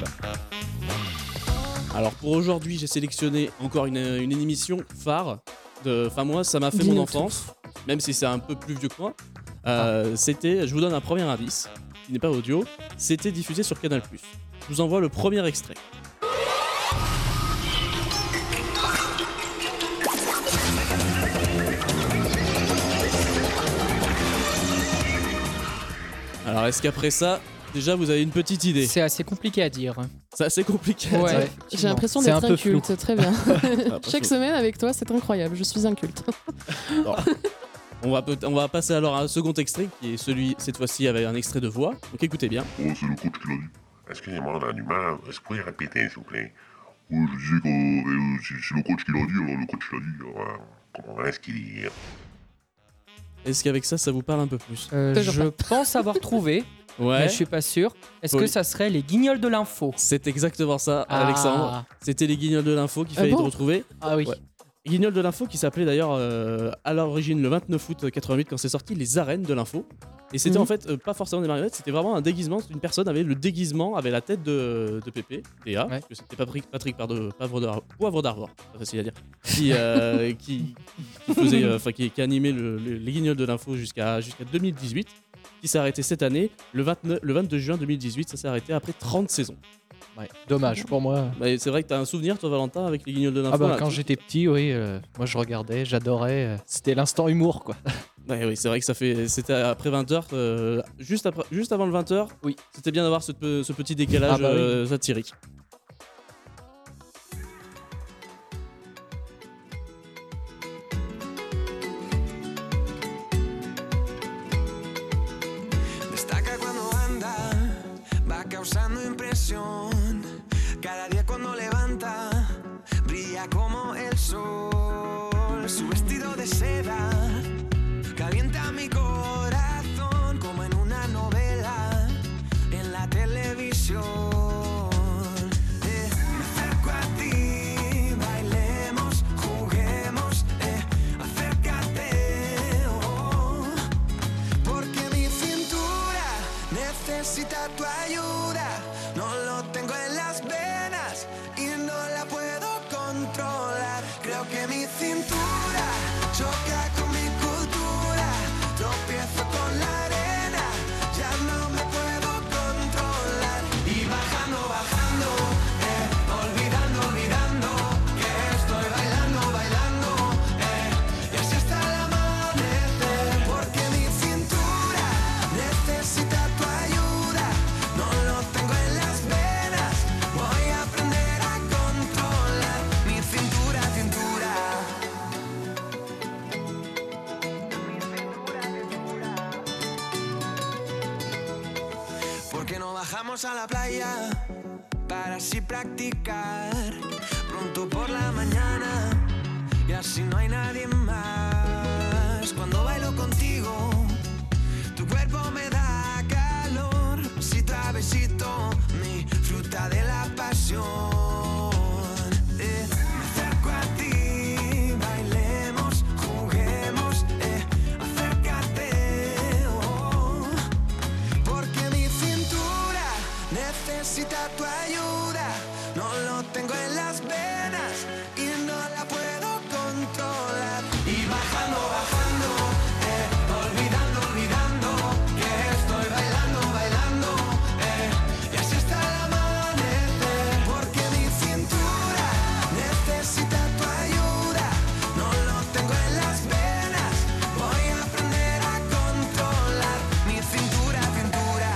Alors pour aujourd'hui, j'ai sélectionné encore une émission phare. Enfin moi, ça m'a fait mon enfance, même si c'est un peu plus vieux que moi. Je vous donne un premier indice, qui n'est pas audio. C'était diffusé sur Canal+. Je vous envoie le premier extrait. Alors est-ce qu'après ça, déjà vous avez une petite idée? C'est assez compliqué à dire. C'est assez compliqué à dire. J'ai l'impression d'être un culte, très bien. Chaque semaine avec toi, c'est incroyable, je suis un culte. On va passer alors à un second extrait qui est celui, cette fois-ci, avec un extrait de voix. Donc écoutez bien. Oh, c'est le coach qui l'a dit. Excusez-moi, l'animal, est-ce que vous pouvez répéter, s'il vous plaît? Oui, je disais que c'est le coach qui l'a dit, alors le coach l'a dit. Alors, comment est-ce qu'il dit? Est-ce qu'avec ça vous parle un peu plus? Je pense avoir trouvé. Ouais. Mais je suis pas sûr. Est-ce que ça serait les Guignols de l'info? C'est exactement ça, Alexandre. C'était les Guignols de l'info qu'il fallait te retrouver. Ah oui. Ouais. Guignols de l'info qui s'appelait d'ailleurs à l'origine le 29 août 88 quand c'est sorti, les arènes de l'info. Et c'était en fait pas forcément des marionnettes, c'était vraiment un déguisement. Une personne avait le déguisement, avait la tête de Pépé, Léa, parce que c'était Patrick Poivre d'Arvor, pas facile à dire, qui animait les Guignols de l'info jusqu'à 2018, qui s'est arrêté cette année, le 22 juin 2018, ça s'est arrêté après 30 saisons. Ouais, dommage pour moi. Bah, c'est vrai que t'as un souvenir, toi, Valentin, avec les Guignols de l'info. Ah bah, quand j'étais petit, oui, moi je regardais, j'adorais. C'était l'instant humour, quoi. Ouais, oui, c'est vrai que c'était après 20h, juste avant le 20h. Oui. C'était bien d'avoir ce petit décalage oui. satirique. Destaca cuando anda, va causando impresión. Cada día cuando levanta, brilla como el sol. Su vestido de seda calienta mi corazón como en una novela en la televisión. Me acerco a ti, bailemos, juguemos, acércate, oh, porque mi cintura necesita tu ayuda. No lo tengo en las venas y no la puedo controlar. Creo que mi cintura choca con mi cultura. Tropiezo con la arena, ya no me puedo controlar. Y bajando, bajando, olvidando, olvidando que estoy bailando, bailando, y así hasta el amanecer. Porque mi cintura necesita tu ayuda. No lo tengo ¿Por qué no bajamos a la playa para así practicar pronto por la mañana y así no hay nadie más? Cuando bailo contigo, tu cuerpo me da calor, besito a besito, mi fruta de la pasión. Me acerco a ti, bailemos, juguemos, acércate, oh, porque mi cintura necesita tu ayuda. No lo tengo en las venas y no la puedo controlar. Y bajando, bajando, olvidando, olvidando que estoy bailando, bailando, y así hasta el amanecer. Porque mi cintura necesita tu ayuda. No lo tengo en las venas, voy a aprender a controlar mi cintura, cintura.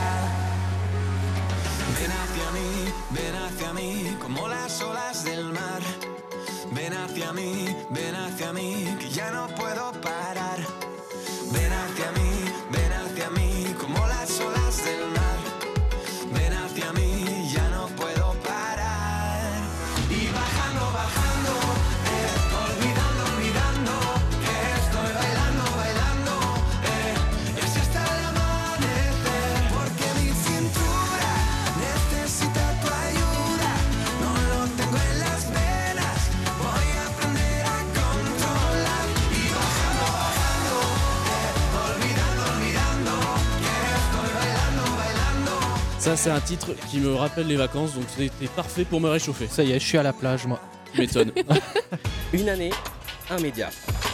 Ven hacia mí, como las olas del mar. Ven hacia mí, que ya no puedo parar. Ven hacia mí, como las olas del mar. Ven hacia mí, ya no puedo parar. Y bajando, bajando, olvidando, olvidando que estoy bailando, bailando, y así hasta el amanecer. Porque mi cintura necesita tu ayuda. No lo tengo en las venas, voy a aprender a controlar. Y bajando, bajando, olvidando, olvidando que estoy bailando, bailando. Ça, c'est un titre qui me rappelle les vacances, donc c'était parfait pour me réchauffer. Ça y est, je suis à la plage, moi. Tu m'étonnes. Une année, un média.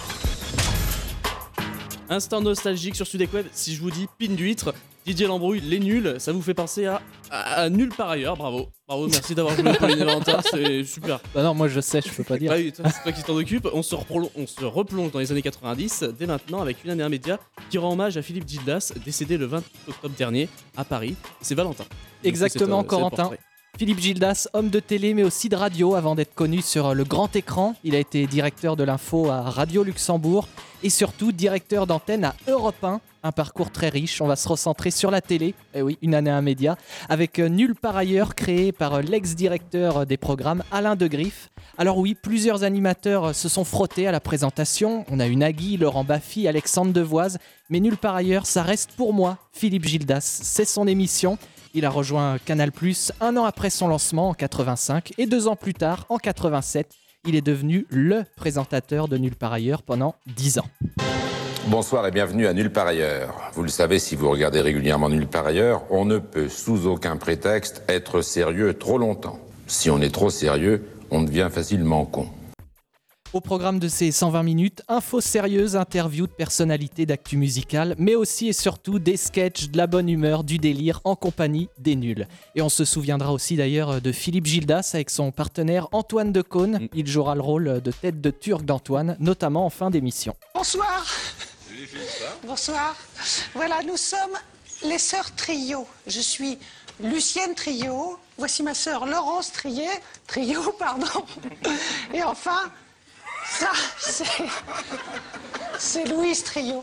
Instant nostalgique sur Sudek Web. Si je vous dis pin d'huître, Didier Lambrouille, les nuls, ça vous fait penser à Nul par ailleurs. Bravo. Bravo, merci d'avoir joué Pauline et Valentin, c'est super. Bah non, moi je sais, je peux pas dire. Bah oui, c'est toi qui t'en occupe. On se replonge dans les années 90 dès maintenant avec Une année un média qui rend hommage à Philippe Gildas, décédé le 20 octobre dernier à Paris. C'est Valentin. Exactement, Corentin. Philippe Gildas, homme de télé mais aussi de radio avant d'être connu sur le grand écran. Il a été directeur de l'info à Radio Luxembourg et surtout directeur d'antenne à Europe 1. Un parcours très riche, on va se recentrer sur la télé, eh oui, Une année un média, avec Nul par ailleurs, créé par l'ex-directeur des programmes Alain de Greef. Alors oui, plusieurs animateurs se sont frottés à la présentation. On a eu Nagui, Laurent Baffy, Alexandre Devoise, mais Nul par ailleurs, ça reste pour moi Philippe Gildas. C'est son émission. Il a rejoint Canal+, un an après son lancement en 85 et 2 ans plus tard, en 87, il est devenu le présentateur de Nul par ailleurs pendant 10 ans. Bonsoir et bienvenue à Nul par ailleurs. Vous le savez, si vous regardez régulièrement Nul par ailleurs, on ne peut sous aucun prétexte être sérieux trop longtemps. Si on est trop sérieux, on devient facilement con. Au programme de ces 120 minutes, infos sérieuses, interviews de personnalités d'actu musicale, mais aussi et surtout des sketchs, de la bonne humeur, du délire en compagnie des nuls. Et on se souviendra aussi d'ailleurs de Philippe Gildas avec son partenaire Antoine Decaune. Il jouera le rôle de tête de turc d'Antoine, notamment en fin d'émission. Bonsoir. Bonsoir. Voilà, nous sommes les sœurs Trio. Je suis Lucienne Trio. Voici ma sœur Laurence Trio, Et enfin, ça, c'est Louise Trio.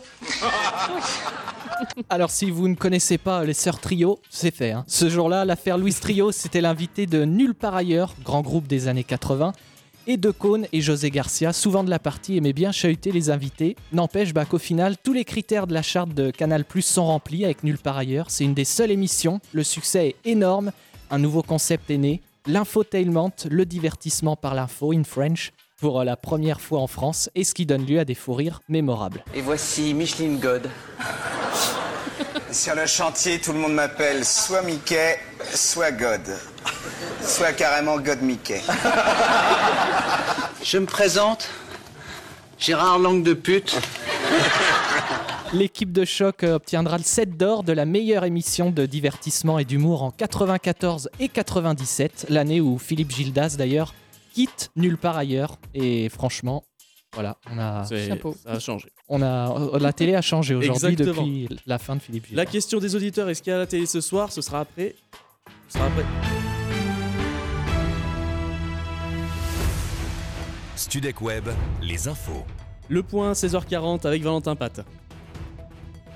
Alors si vous ne connaissez pas les sœurs Trio, c'est fait. Ce jour-là, l'affaire Louise Trio, c'était l'invité de Nul par ailleurs, grand groupe des années 80. Et Decaune et José Garcia, souvent de la partie, aimaient bien chahuter les invités. N'empêche qu'au final, tous les critères de la charte de Canal+ sont remplis avec Nul par ailleurs. C'est une des seules émissions. Le succès est énorme. Un nouveau concept est né. L'infotainment, le divertissement par l'info, in French, pour la première fois en France, et ce qui donne lieu à des fous rires mémorables. Et voici Micheline God. Sur le chantier, tout le monde m'appelle soit Mickey, soit God. Soit carrément God Mickey. Je me présente, Gérard Langue de pute. L'équipe de Choc obtiendra le 7 d'or de la meilleure émission de divertissement et d'humour en 94 et 97, l'année où Philippe Gildas d'ailleurs quitte Nul par ailleurs. Et franchement, voilà, ça a changé. La télé a changé aujourd'hui. Exactement. Depuis la fin de Philippe Gildas. La question des auditeurs, est-ce qu'il y a la télé ce soir? Ce sera après. Studek Web, les infos. Le point, 16h40 avec Valentin Pat.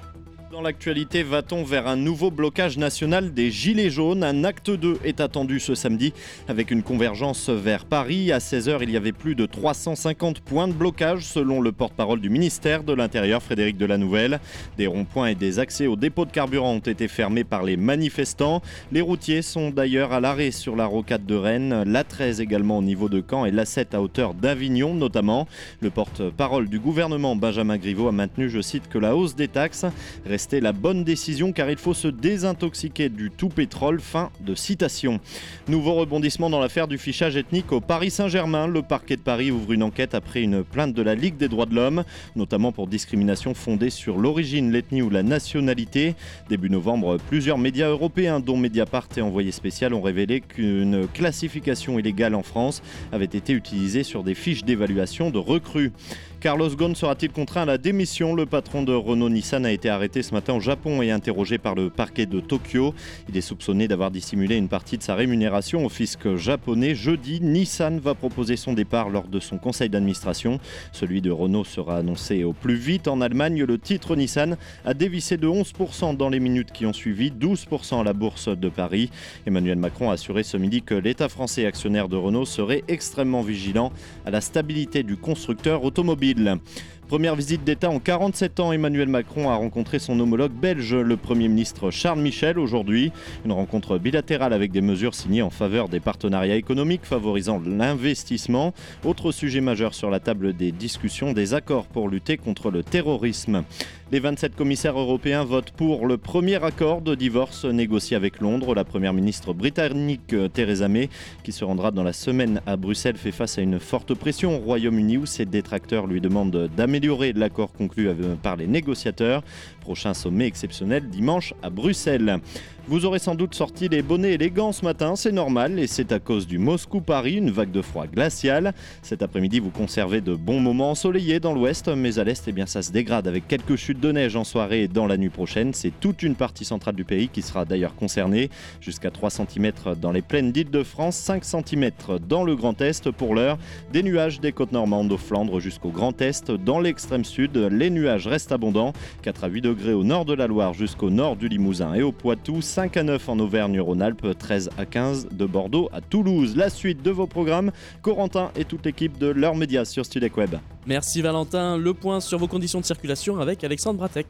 Dans l'actualité, va-t-on vers un nouveau blocage national des Gilets jaunes ? Un acte 2 est attendu ce samedi avec une convergence vers Paris. À 16h, il y avait plus de 350 points de blocage selon le porte-parole du ministère de l'Intérieur, Frédéric Delanouvelle. Des ronds-points et des accès aux dépôts de carburant ont été fermés par les manifestants. Les routiers sont d'ailleurs à l'arrêt sur la rocade de Rennes, l'A13 également au niveau de Caen et l'A7 à hauteur d'Avignon notamment. Le porte-parole du gouvernement, Benjamin Griveaux, a maintenu, je cite, que la hausse des taxes restait la bonne décision car il faut se désintoxiquer du tout pétrole. Fin de citation. Nouveau rebondissement dans l'affaire du fichage ethnique au Paris Saint-Germain. Le parquet de Paris ouvre une enquête après une plainte de la Ligue des droits de l'homme, notamment pour discrimination fondée sur l'origine, l'ethnie ou la nationalité. Début novembre, plusieurs médias européens, dont Mediapart et Envoyé spécial, ont révélé qu'une classification illégale en France avait été utilisée sur des fiches d'évaluation de recrues. Carlos Ghosn sera-t-il contraint à la démission ? Le patron de Renault-Nissan a été arrêté ce matin au Japon et interrogé par le parquet de Tokyo. Il est soupçonné d'avoir dissimulé une partie de sa rémunération au fisc japonais. Jeudi, Nissan va proposer son départ lors de son conseil d'administration. Celui de Renault sera annoncé au plus vite. En Allemagne, le titre Nissan a dévissé de 11% dans les minutes qui ont suivi, 12% à la bourse de Paris. Emmanuel Macron a assuré ce midi que l'État français, actionnaire de Renault, serait extrêmement vigilant à la stabilité du constructeur automobile. Première visite d'État en 47 ans, Emmanuel Macron a rencontré son homologue belge, le Premier ministre Charles Michel, aujourd'hui. Une rencontre bilatérale avec des mesures signées en faveur des partenariats économiques favorisant l'investissement. Autre sujet majeur sur la table des discussions, des accords pour lutter contre le terrorisme. Les 27 commissaires européens votent pour le premier accord de divorce négocié avec Londres. La première ministre britannique Theresa May, qui se rendra dans la semaine à Bruxelles, fait face à une forte pression au Royaume-Uni où ses détracteurs lui demandent d'améliorer l'accord conclu par les négociateurs. Prochain sommet exceptionnel dimanche à Bruxelles. Vous aurez sans doute sorti les bonnets et les gants ce matin, c'est normal, et c'est à cause du Moscou-Paris, une vague de froid glaciale. Cet après-midi, vous conservez de bons moments ensoleillés dans l'ouest, mais à l'est, ça se dégrade avec quelques chutes de neige en soirée et dans la nuit prochaine. C'est toute une partie centrale du pays qui sera d'ailleurs concernée. Jusqu'à 3 cm dans les plaines d'Île-de-France, 5 cm dans le Grand Est pour l'heure. Des nuages des côtes normandes aux Flandres jusqu'au Grand Est. Dans l'extrême sud, les nuages restent abondants. 4 à 8 degrés au nord de la Loire jusqu'au nord du Limousin et au Poitou. 5 à 9 en Auvergne-Rhône-Alpes, 13 à 15 de Bordeaux à Toulouse. La suite de vos programmes, Corentin et toute l'équipe de leurs médias sur Studek Web. Merci Valentin. Le point sur vos conditions de circulation avec Alexandre Bratek.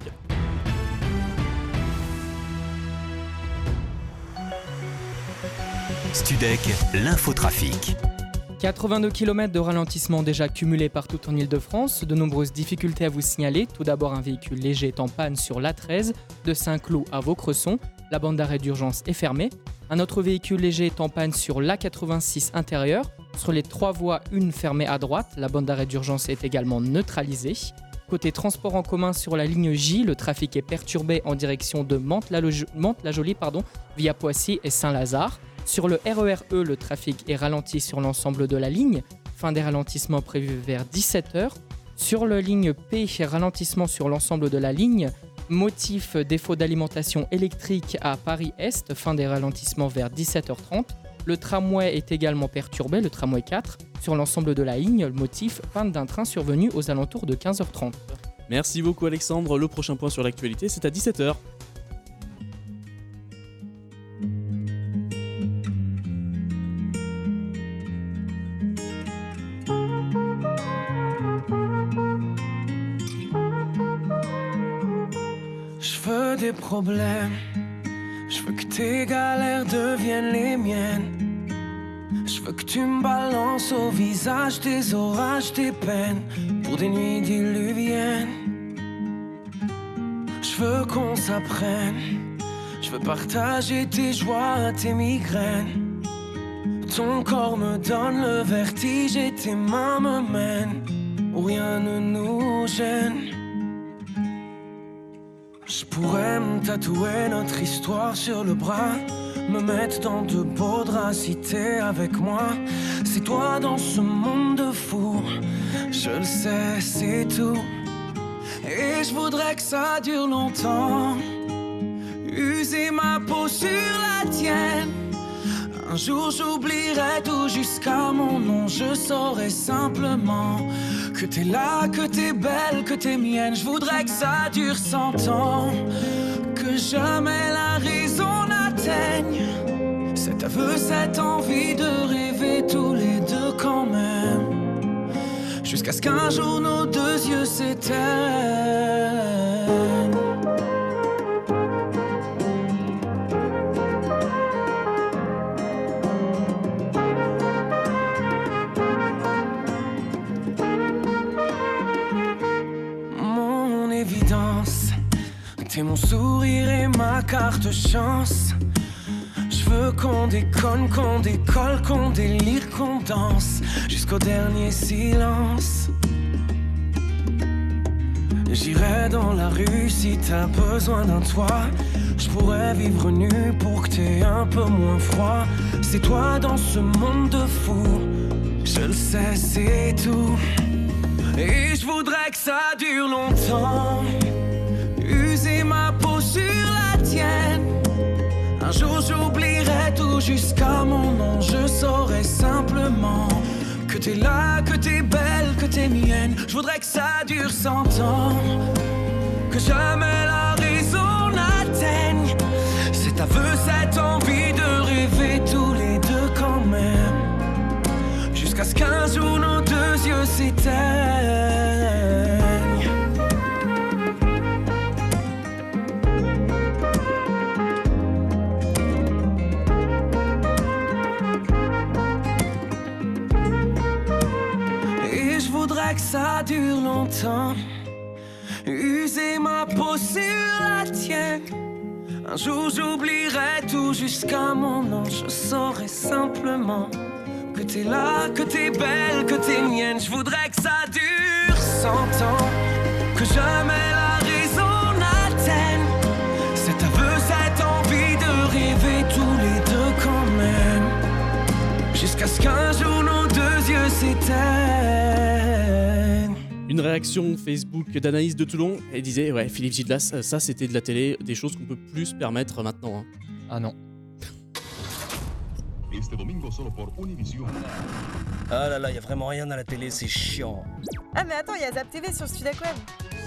Studek, l'infotrafic. 82 km de ralentissement déjà cumulés partout en Ile-de-France. De nombreuses difficultés à vous signaler. Tout d'abord, un véhicule léger est en panne sur l'A13 de Saint-Cloud à Vaucresson. La bande d'arrêt d'urgence est fermée. Un autre véhicule léger est en panne sur l'A86 intérieur. Sur les 3 voies, une fermée à droite. La bande d'arrêt d'urgence est également neutralisée. Côté transport en commun sur la ligne J, le trafic est perturbé en direction de Mantes-la-Jolie via Poissy et Saint-Lazare. Sur le RER E, le trafic est ralenti sur l'ensemble de la ligne. Fin des ralentissements prévus vers 17h. Sur la ligne P, ralentissement sur l'ensemble de la ligne. Motif défaut d'alimentation électrique à Paris-Est. Fin des ralentissements vers 17h30. Le tramway est également perturbé, le tramway 4, sur l'ensemble de la ligne. Le motif, panne d'un train survenu aux alentours de 15h30. Merci beaucoup Alexandre. Le prochain point sur l'actualité, c'est à 17h. Je veux des problèmes, je veux que tes galères deviennent les miennes. Je veux que tu me balances au visage tes orages, tes peines, pour des nuits diluviennes. Je veux qu'on s'apprenne, je veux partager tes joies, tes migraines. Ton corps me donne le vertige et tes mains me mènent où rien ne nous gêne. Je pourrais me tatouer notre histoire sur le bras, me mettre dans de beaux draps si t'es avec moi. C'est toi dans ce monde de fous, je le sais, c'est tout. Et je voudrais que ça dure longtemps, user ma peau sur la tienne. Un jour j'oublierai tout jusqu'à mon nom, je saurai simplement que t'es là, que t'es belle, que t'es mienne. Je voudrais que ça dure 100 ans, jamais la raison n'atteigne cet aveu, cette envie de rêver tous les deux quand même, jusqu'à ce qu'un jour nos deux yeux s'éteignent. Mon évidence, t'es mon sourire et ma carte chance. Je veux qu'on déconne, qu'on décolle, qu'on délire, qu'on danse jusqu'au dernier silence. J'irai dans la rue si t'as besoin d'un toit. Je pourrais vivre nu pour que t'aies un peu moins froid. C'est toi dans ce monde de fous, je le sais, c'est tout. Et je voudrais que ça dure longtemps, user ma peau sur la tienne. Un jour j'oublierai tout jusqu'à mon nom. Je saurai simplement que t'es là, que t'es belle, que t'es mienne. Je voudrais que ça dure 100 ans, que jamais la raison n'atteigne cet aveu, cette envie de rêver tous les deux quand même, jusqu'à ce qu'un jour nos deux yeux s'éteignent. Que ça dure longtemps, user ma peau sur la tienne. Un jour j'oublierai tout jusqu'à mon nom. Je saurai simplement que t'es là, que t'es belle, que t'es mienne. Je voudrais que ça dure 100 ans, que jamais la raison n'atteigne cet aveu, cette envie de rêver tous les deux quand même, jusqu'à ce qu'un jour nos deux yeux s'éteignent. Une réaction Facebook d'Anaïs de Toulon, elle disait ouais, Philippe Gildas, ça c'était de la télé, des choses qu'on peut plus se permettre maintenant. Hein. Ah non. Ah là là, y a vraiment rien à la télé, c'est chiant. Ah mais attends, il y a Zap TV sur Sudek Web.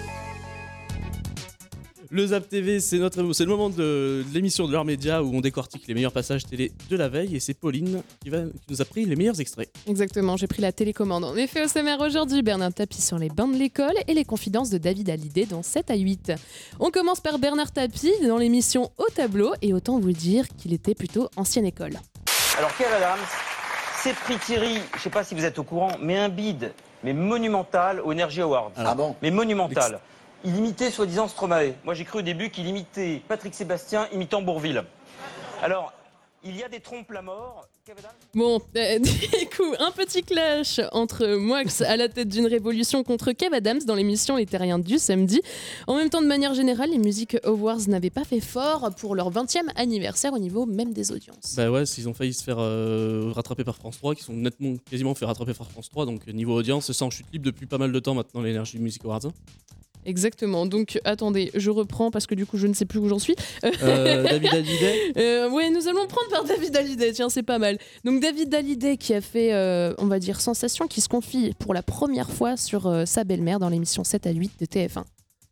Le Zap TV, c'est le moment de l'émission de leurs médias où on décortique les meilleurs passages télé de la veille, et c'est Pauline qui nous a pris les meilleurs extraits. Exactement, j'ai pris la télécommande. En effet, au sommaire aujourd'hui, Bernard Tapie sur les bancs de l'école et les confidences de David Hallyday dans 7 à 8. On commence par Bernard Tapie dans l'émission Au tableau, et autant vous dire qu'il était plutôt ancienne école. Alors Kev Adams s'est pris Thierry, je sais pas si vous êtes au courant, mais un bide, mais monumental aux Energy Awards. Ah bon ? Mais monumental. Il imitait soi-disant Stromae. Moi j'ai cru au début qu'il imitait Patrick Sébastien imitant Bourvil. Alors, il y a des trompes la mort. Bon, du coup, un petit clash entre Moix à la tête d'une révolution contre Kev Adams dans l'émission Les Terriens du samedi. En même temps, de manière générale, les Music Awards n'avaient pas fait fort pour leur 20e anniversaire au niveau même des audiences. Bah ouais, ils ont failli se faire rattraper par France 3, qui sont nettement quasiment fait rattraper par France 3, donc niveau audience, c'est en chute libre depuis pas mal de temps maintenant, l'Energy Music Awards. Exactement, donc attendez, je reprends parce que du coup je ne sais plus où j'en suis. David Hallyday. Ouais, nous allons prendre par David Hallyday, tiens, c'est pas mal. Donc David Hallyday qui a fait, on va dire, sensation, qui se confie pour la première fois sur sa belle-mère dans l'émission 7 à 8 de TF1.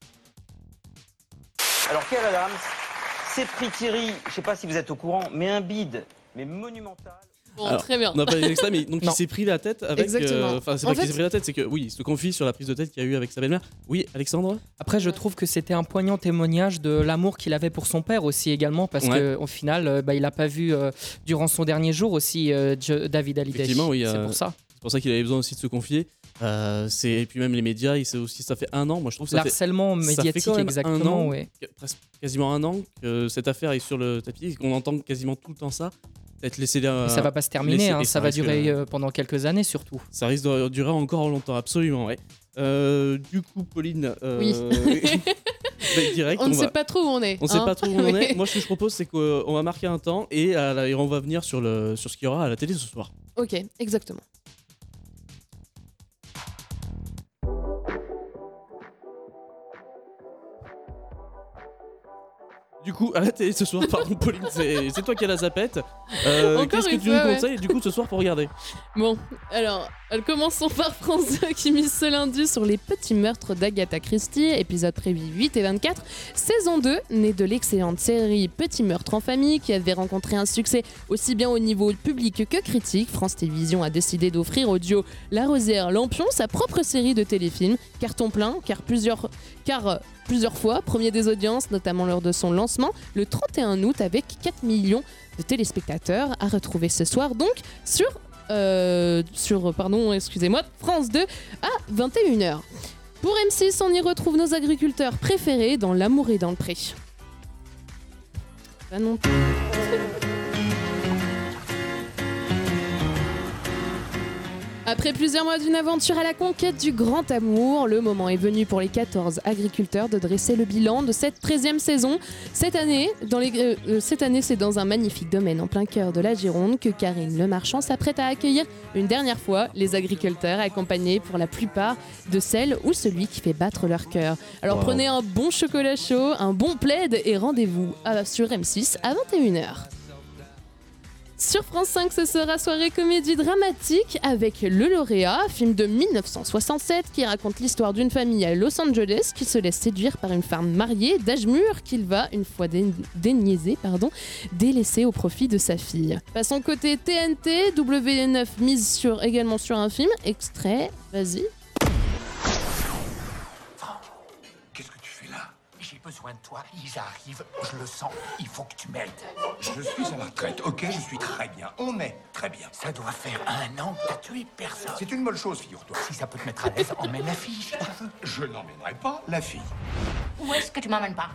Alors Kev Adams s'est pris Thierry, je sais pas si vous êtes au courant, mais un bide, mais monumental. Bon, alors, très bien. On n'a pas les extraits, mais donc il s'est pris la tête avec. Exactement. Enfin, c'est pas qu'il s'est pris la tête, c'est que oui, il se confie sur la prise de tête qu'il y a eu avec sa belle-mère. Oui, Alexandre. Après, je trouve que c'était un poignant témoignage de l'amour qu'il avait pour son père aussi également, parce qu'au final, il n'a pas vu durant son dernier jour aussi David Hallyday. Effectivement, oui. C'est pour ça. C'est pour ça qu'il avait besoin aussi de se confier. Et puis même les médias, ça fait un an. Moi, je trouve l'harcèlement médiatique, ça fait exactement, ouais. Presque quasiment un an que cette affaire est sur le tapis et qu'on entend quasiment tout le temps ça. Ça va pas se terminer, ça va durer pendant quelques années surtout. Ça risque de durer encore longtemps, absolument, ouais. Du coup, Pauline, oui. direct, on ne sait pas trop où on est. On sait pas trop où on est. Moi, ce que je propose, c'est qu'on va marquer un temps et on va venir sur ce qu'il y aura à la télé ce soir. Ok, exactement. du coup, à la télé ce soir, pardon Pauline, c'est toi qui as la zapette. Qu'est-ce que tu nous conseilles du coup ce soir pour regarder? Bon, alors, commençons par France 2 qui mise ce lundi sur les petits meurtres d'Agatha Christie, épisode prévu 8 et 24. Saison 2, née de l'excellente série Petits meurtres en famille qui avait rencontré un succès aussi bien au niveau public que critique. France Télévisions a décidé d'offrir au duo La Rosière-Lampion sa propre série de téléfilms. Carton plein, car plusieurs fois, premier des audiences, notamment lors de son lancement, le 31 août avec 4 millions de téléspectateurs à retrouver ce soir donc sur France 2 à 21h. Pour M6, on y retrouve nos agriculteurs préférés dans L'amour est dans le pré. Pas non plus. Après plusieurs mois d'une aventure à la conquête du grand amour, le moment est venu pour les 14 agriculteurs de dresser le bilan de cette 13e saison. Cette année, c'est dans un magnifique domaine en plein cœur de la Gironde que Karine Lemarchand s'apprête à accueillir une dernière fois les agriculteurs, accompagnés pour la plupart de celle ou celui qui fait battre leur cœur. Alors prenez un bon chocolat chaud, un bon plaid et rendez-vous sur M6 à 21h. Sur France 5, ce sera soirée comédie dramatique avec Le Lauréat, film de 1967 qui raconte l'histoire d'une famille à Los Angeles qui se laisse séduire par une femme mariée d'âge mûr qu'il va, une fois délaisser au profit de sa fille. Passons côté TNT, W9 mise également sur un film, extrait, vas-y. J'ai besoin de toi, ils arrivent, je le sens, il faut que tu m'aides. Je suis à la retraite, ok, je suis très bien, on est très bien. Ça doit faire 1 an que t'as tué personne. C'est une bonne chose, figure-toi. Si ça peut te mettre à l'aise, emmène la fille si tu veux. Je n'emmènerai pas la fille. Où est-ce que tu m'emmènes pas?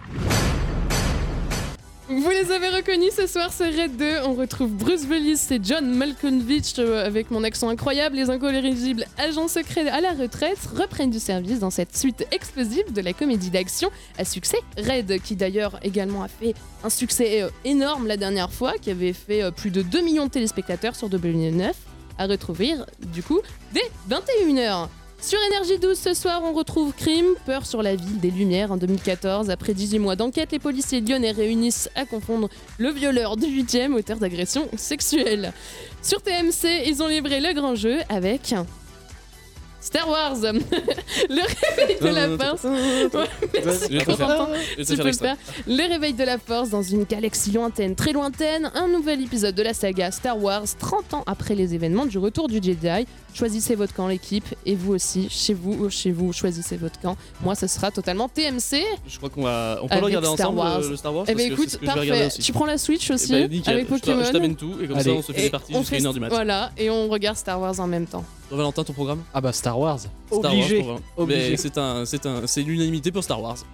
Vous les avez reconnus ce soir, c'est Raid 2. On retrouve Bruce Willis et John Malkovich avec mon accent incroyable. Les incorrigibles agents secrets à la retraite reprennent du service dans cette suite explosive de la comédie d'action à succès Raid, qui d'ailleurs également a fait un succès énorme la dernière fois, qui avait fait plus de 2 millions de téléspectateurs sur W9, à retrouver du coup dès 21h. Sur Énergie 12, ce soir, on retrouve Crime, Peur sur la ville des Lumières en 2014. Après 18 mois d'enquête, les policiers lyonnais réunissent à confondre le violeur du 8e, auteur d'agression sexuelle. Sur TMC, ils ont livré le grand jeu avec Star Wars, le réveil de la force. Ouais, merci. Tu peux le faire. Le réveil de la force dans une galaxie lointaine, très lointaine. Un nouvel épisode de la saga Star Wars, 30 ans après les événements du retour du Jedi. Choisissez votre camp, l'équipe, et vous aussi, chez vous, choisissez votre camp. Moi, ce sera totalement TMC. Je crois on peut le regarder ensemble, le Star Wars. Eh ben écoute, parfait. Tu prends la Switch aussi, avec Pokémon. Je t'amène tout, et comme ça, on se fait des parties jusqu'à 1h du matin. Voilà, et on regarde Star Wars en même temps. Toi, Valentin, ton programme? Ah bah Star Wars. Obligé. Obligé. C'est l'unanimité pour Star Wars.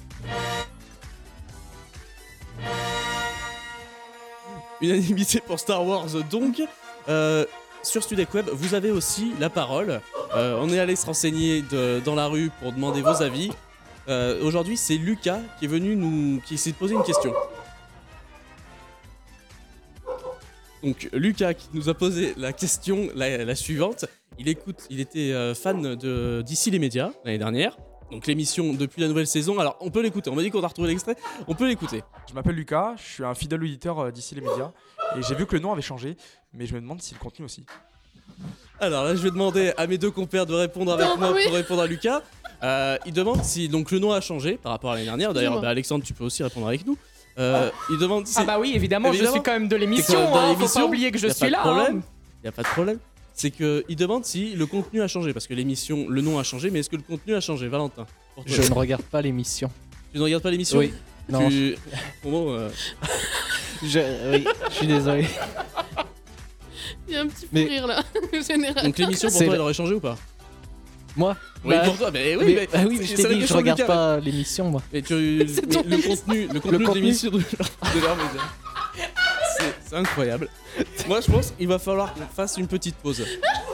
Unanimité pour Star Wars, donc. Sur Studek Web, vous avez aussi la parole. On est allé se renseigner dans la rue pour demander vos avis. Aujourd'hui, c'est Lucas qui est venu qui s'est posé une question. Donc Lucas qui nous a posé la question la suivante. Il était fan d'ici les médias l'année dernière. Donc l'émission depuis la nouvelle saison. Alors on peut l'écouter. On m'a dit qu'on a retrouvé l'extrait. On peut l'écouter. Je m'appelle Lucas. Je suis un fidèle auditeur d'ici les médias. Et j'ai vu que le nom avait changé. Mais je me demande si le contenu aussi. Alors là, je vais demander à mes deux compères de répondre avec moi pour répondre à Lucas. Il demande si donc le nom a changé par rapport à l'année dernière. D'ailleurs, Alexandre, tu peux aussi répondre avec nous. Il demande si... Ah bah oui, évidemment, je suis quand même de l'émission. Faut pas oublier que je suis là. Il n'y a pas de problème. C'est qu'il demande si le contenu a changé. Parce que l'émission, le nom a changé, mais est-ce que le contenu a changé, Valentin? Je ne regarde pas l'émission. Tu ne regardes pas l'émission? Oui. Non. Oui, je suis désolé. Il y a un petit fou rire là, général. Donc l'émission pour toi, elle aurait changé ou pas? Moi? Oui, pour toi, mais oui, je t'ai dit que je regarde pas l'émission, moi. Mais le contenu de l'émission de l'heure média. C'est incroyable. Moi, je pense qu'il va falloir qu'on fasse une petite pause.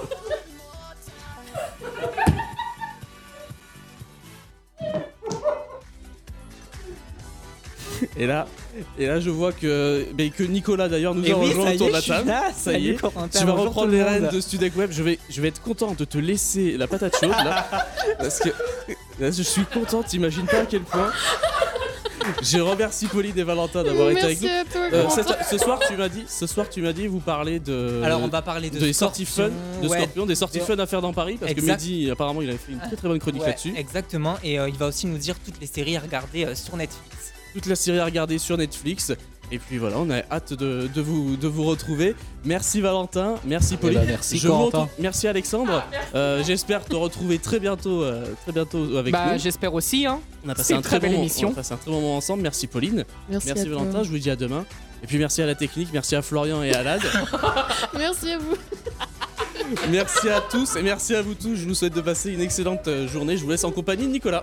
Et là, je vois que Nicolas d'ailleurs nous a rejoint autour de la table. Ça y est, tu vas reprendre les rênes de Studek Web. Je vais être content de te laisser la patate chaude là, parce que là, je suis content. T'imagines pas à quel point. Je remercie Pauline et Valentin d'avoir été avec nous. Merci à toi, Valentin. Ce soir, tu m'as dit, vous parlez de. Alors, on va parler des sorties fun, Scorpion, des sorties fun à faire dans Paris, parce Exact. que Mehdi, apparemment, il avait fait une très très bonne chronique là-dessus. Exactement, et il va aussi nous dire toutes les séries à regarder sur Netflix. Toute la série à regarder sur Netflix. Et puis voilà, on a hâte de vous retrouver. Merci Valentin, merci Pauline. Merci Corentin. Merci Alexandre. J'espère te retrouver très bientôt avec nous. J'espère aussi. Hein. On a passé C'est un une très très belle bon émission. On a passé un très bon moment ensemble. Merci Pauline. Merci à Valentin. toi. Je vous dis à demain. Et puis merci à la technique, merci à Florian et à Lad. Merci à vous. Merci à tous et merci à vous tous. Je vous souhaite de passer une excellente journée. Je vous laisse en compagnie de Nicolas.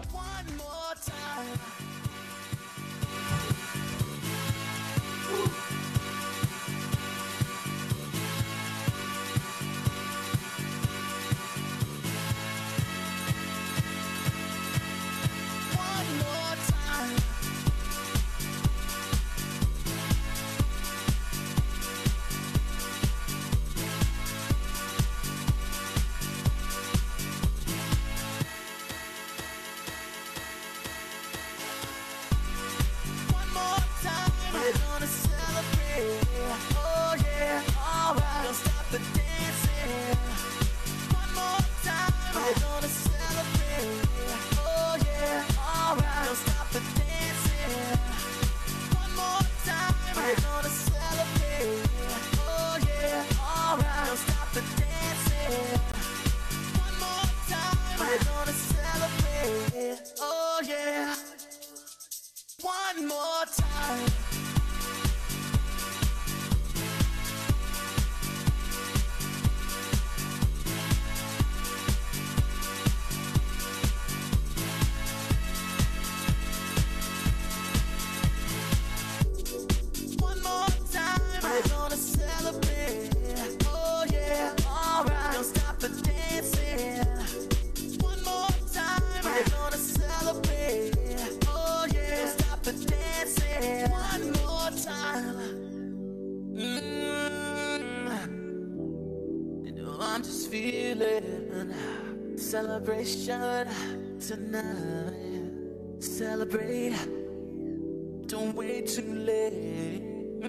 I'm just feeling celebration tonight. Celebrate, don't wait too late.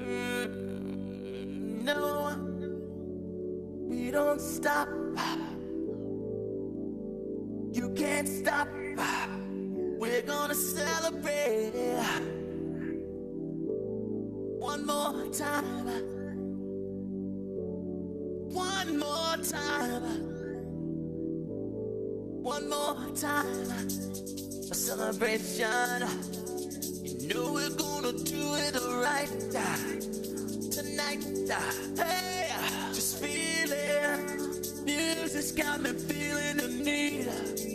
No, we don't stop. You can't stop. We're gonna celebrate one more time. One more time. One more time. A celebration. You know we're gonna do it right tonight. Hey, just feel it. Music's got me feeling the need.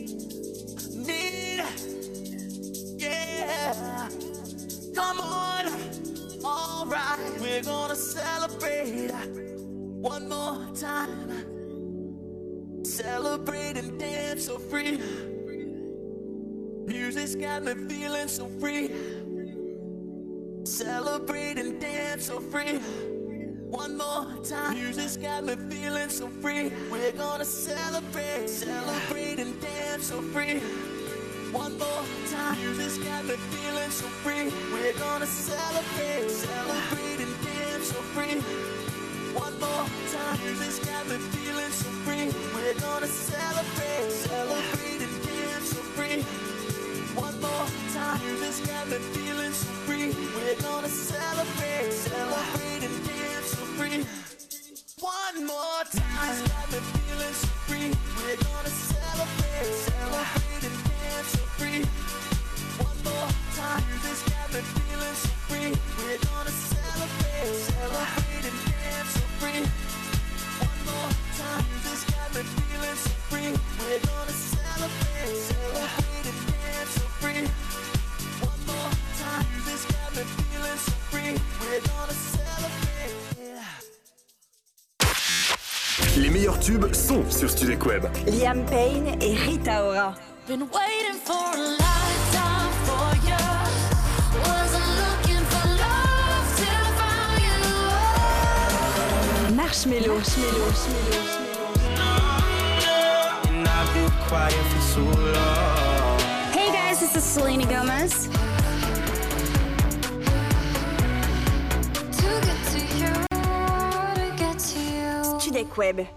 Yeah. Come on. Alright, we're gonna celebrate one more time. Celebrate and dance so free. Music's got me feeling so free. Celebrate and dance so free. One more time. Music's got me feeling so free. We're gonna celebrate. Celebrate and dance so free. One more time. Music's got me feeling so free. We're gonna celebrate. Celebrate and dance so free. One more time. Music's got me feeling so free. We're gonna celebrate. Celebrate and dance so free. One more time. Music's got me feeling so free. We're gonna celebrate. Celebrate and dance so free. One more time. Music's got me feeling so free. We're gonna celebrate. Celebrate and dance so free. One more time. Music's got me feeling so free. We're gonna celebrate. Celebrate and dance so free. One more time. Music's got me feeling so free. We're gonna celebrate. Celebrate and dance so free. One more time. Music's got me feeling so free. We're gonna celebrate. Les meilleurs tubes sont sur Studek Web. Liam Payne et Rita Ora. Been waiting for a lifetime for you. Wasn't looking for love till I found you. Marshmello. And I've been quiet for so long. Hey guys, this is Selena Gomez. Studek Web.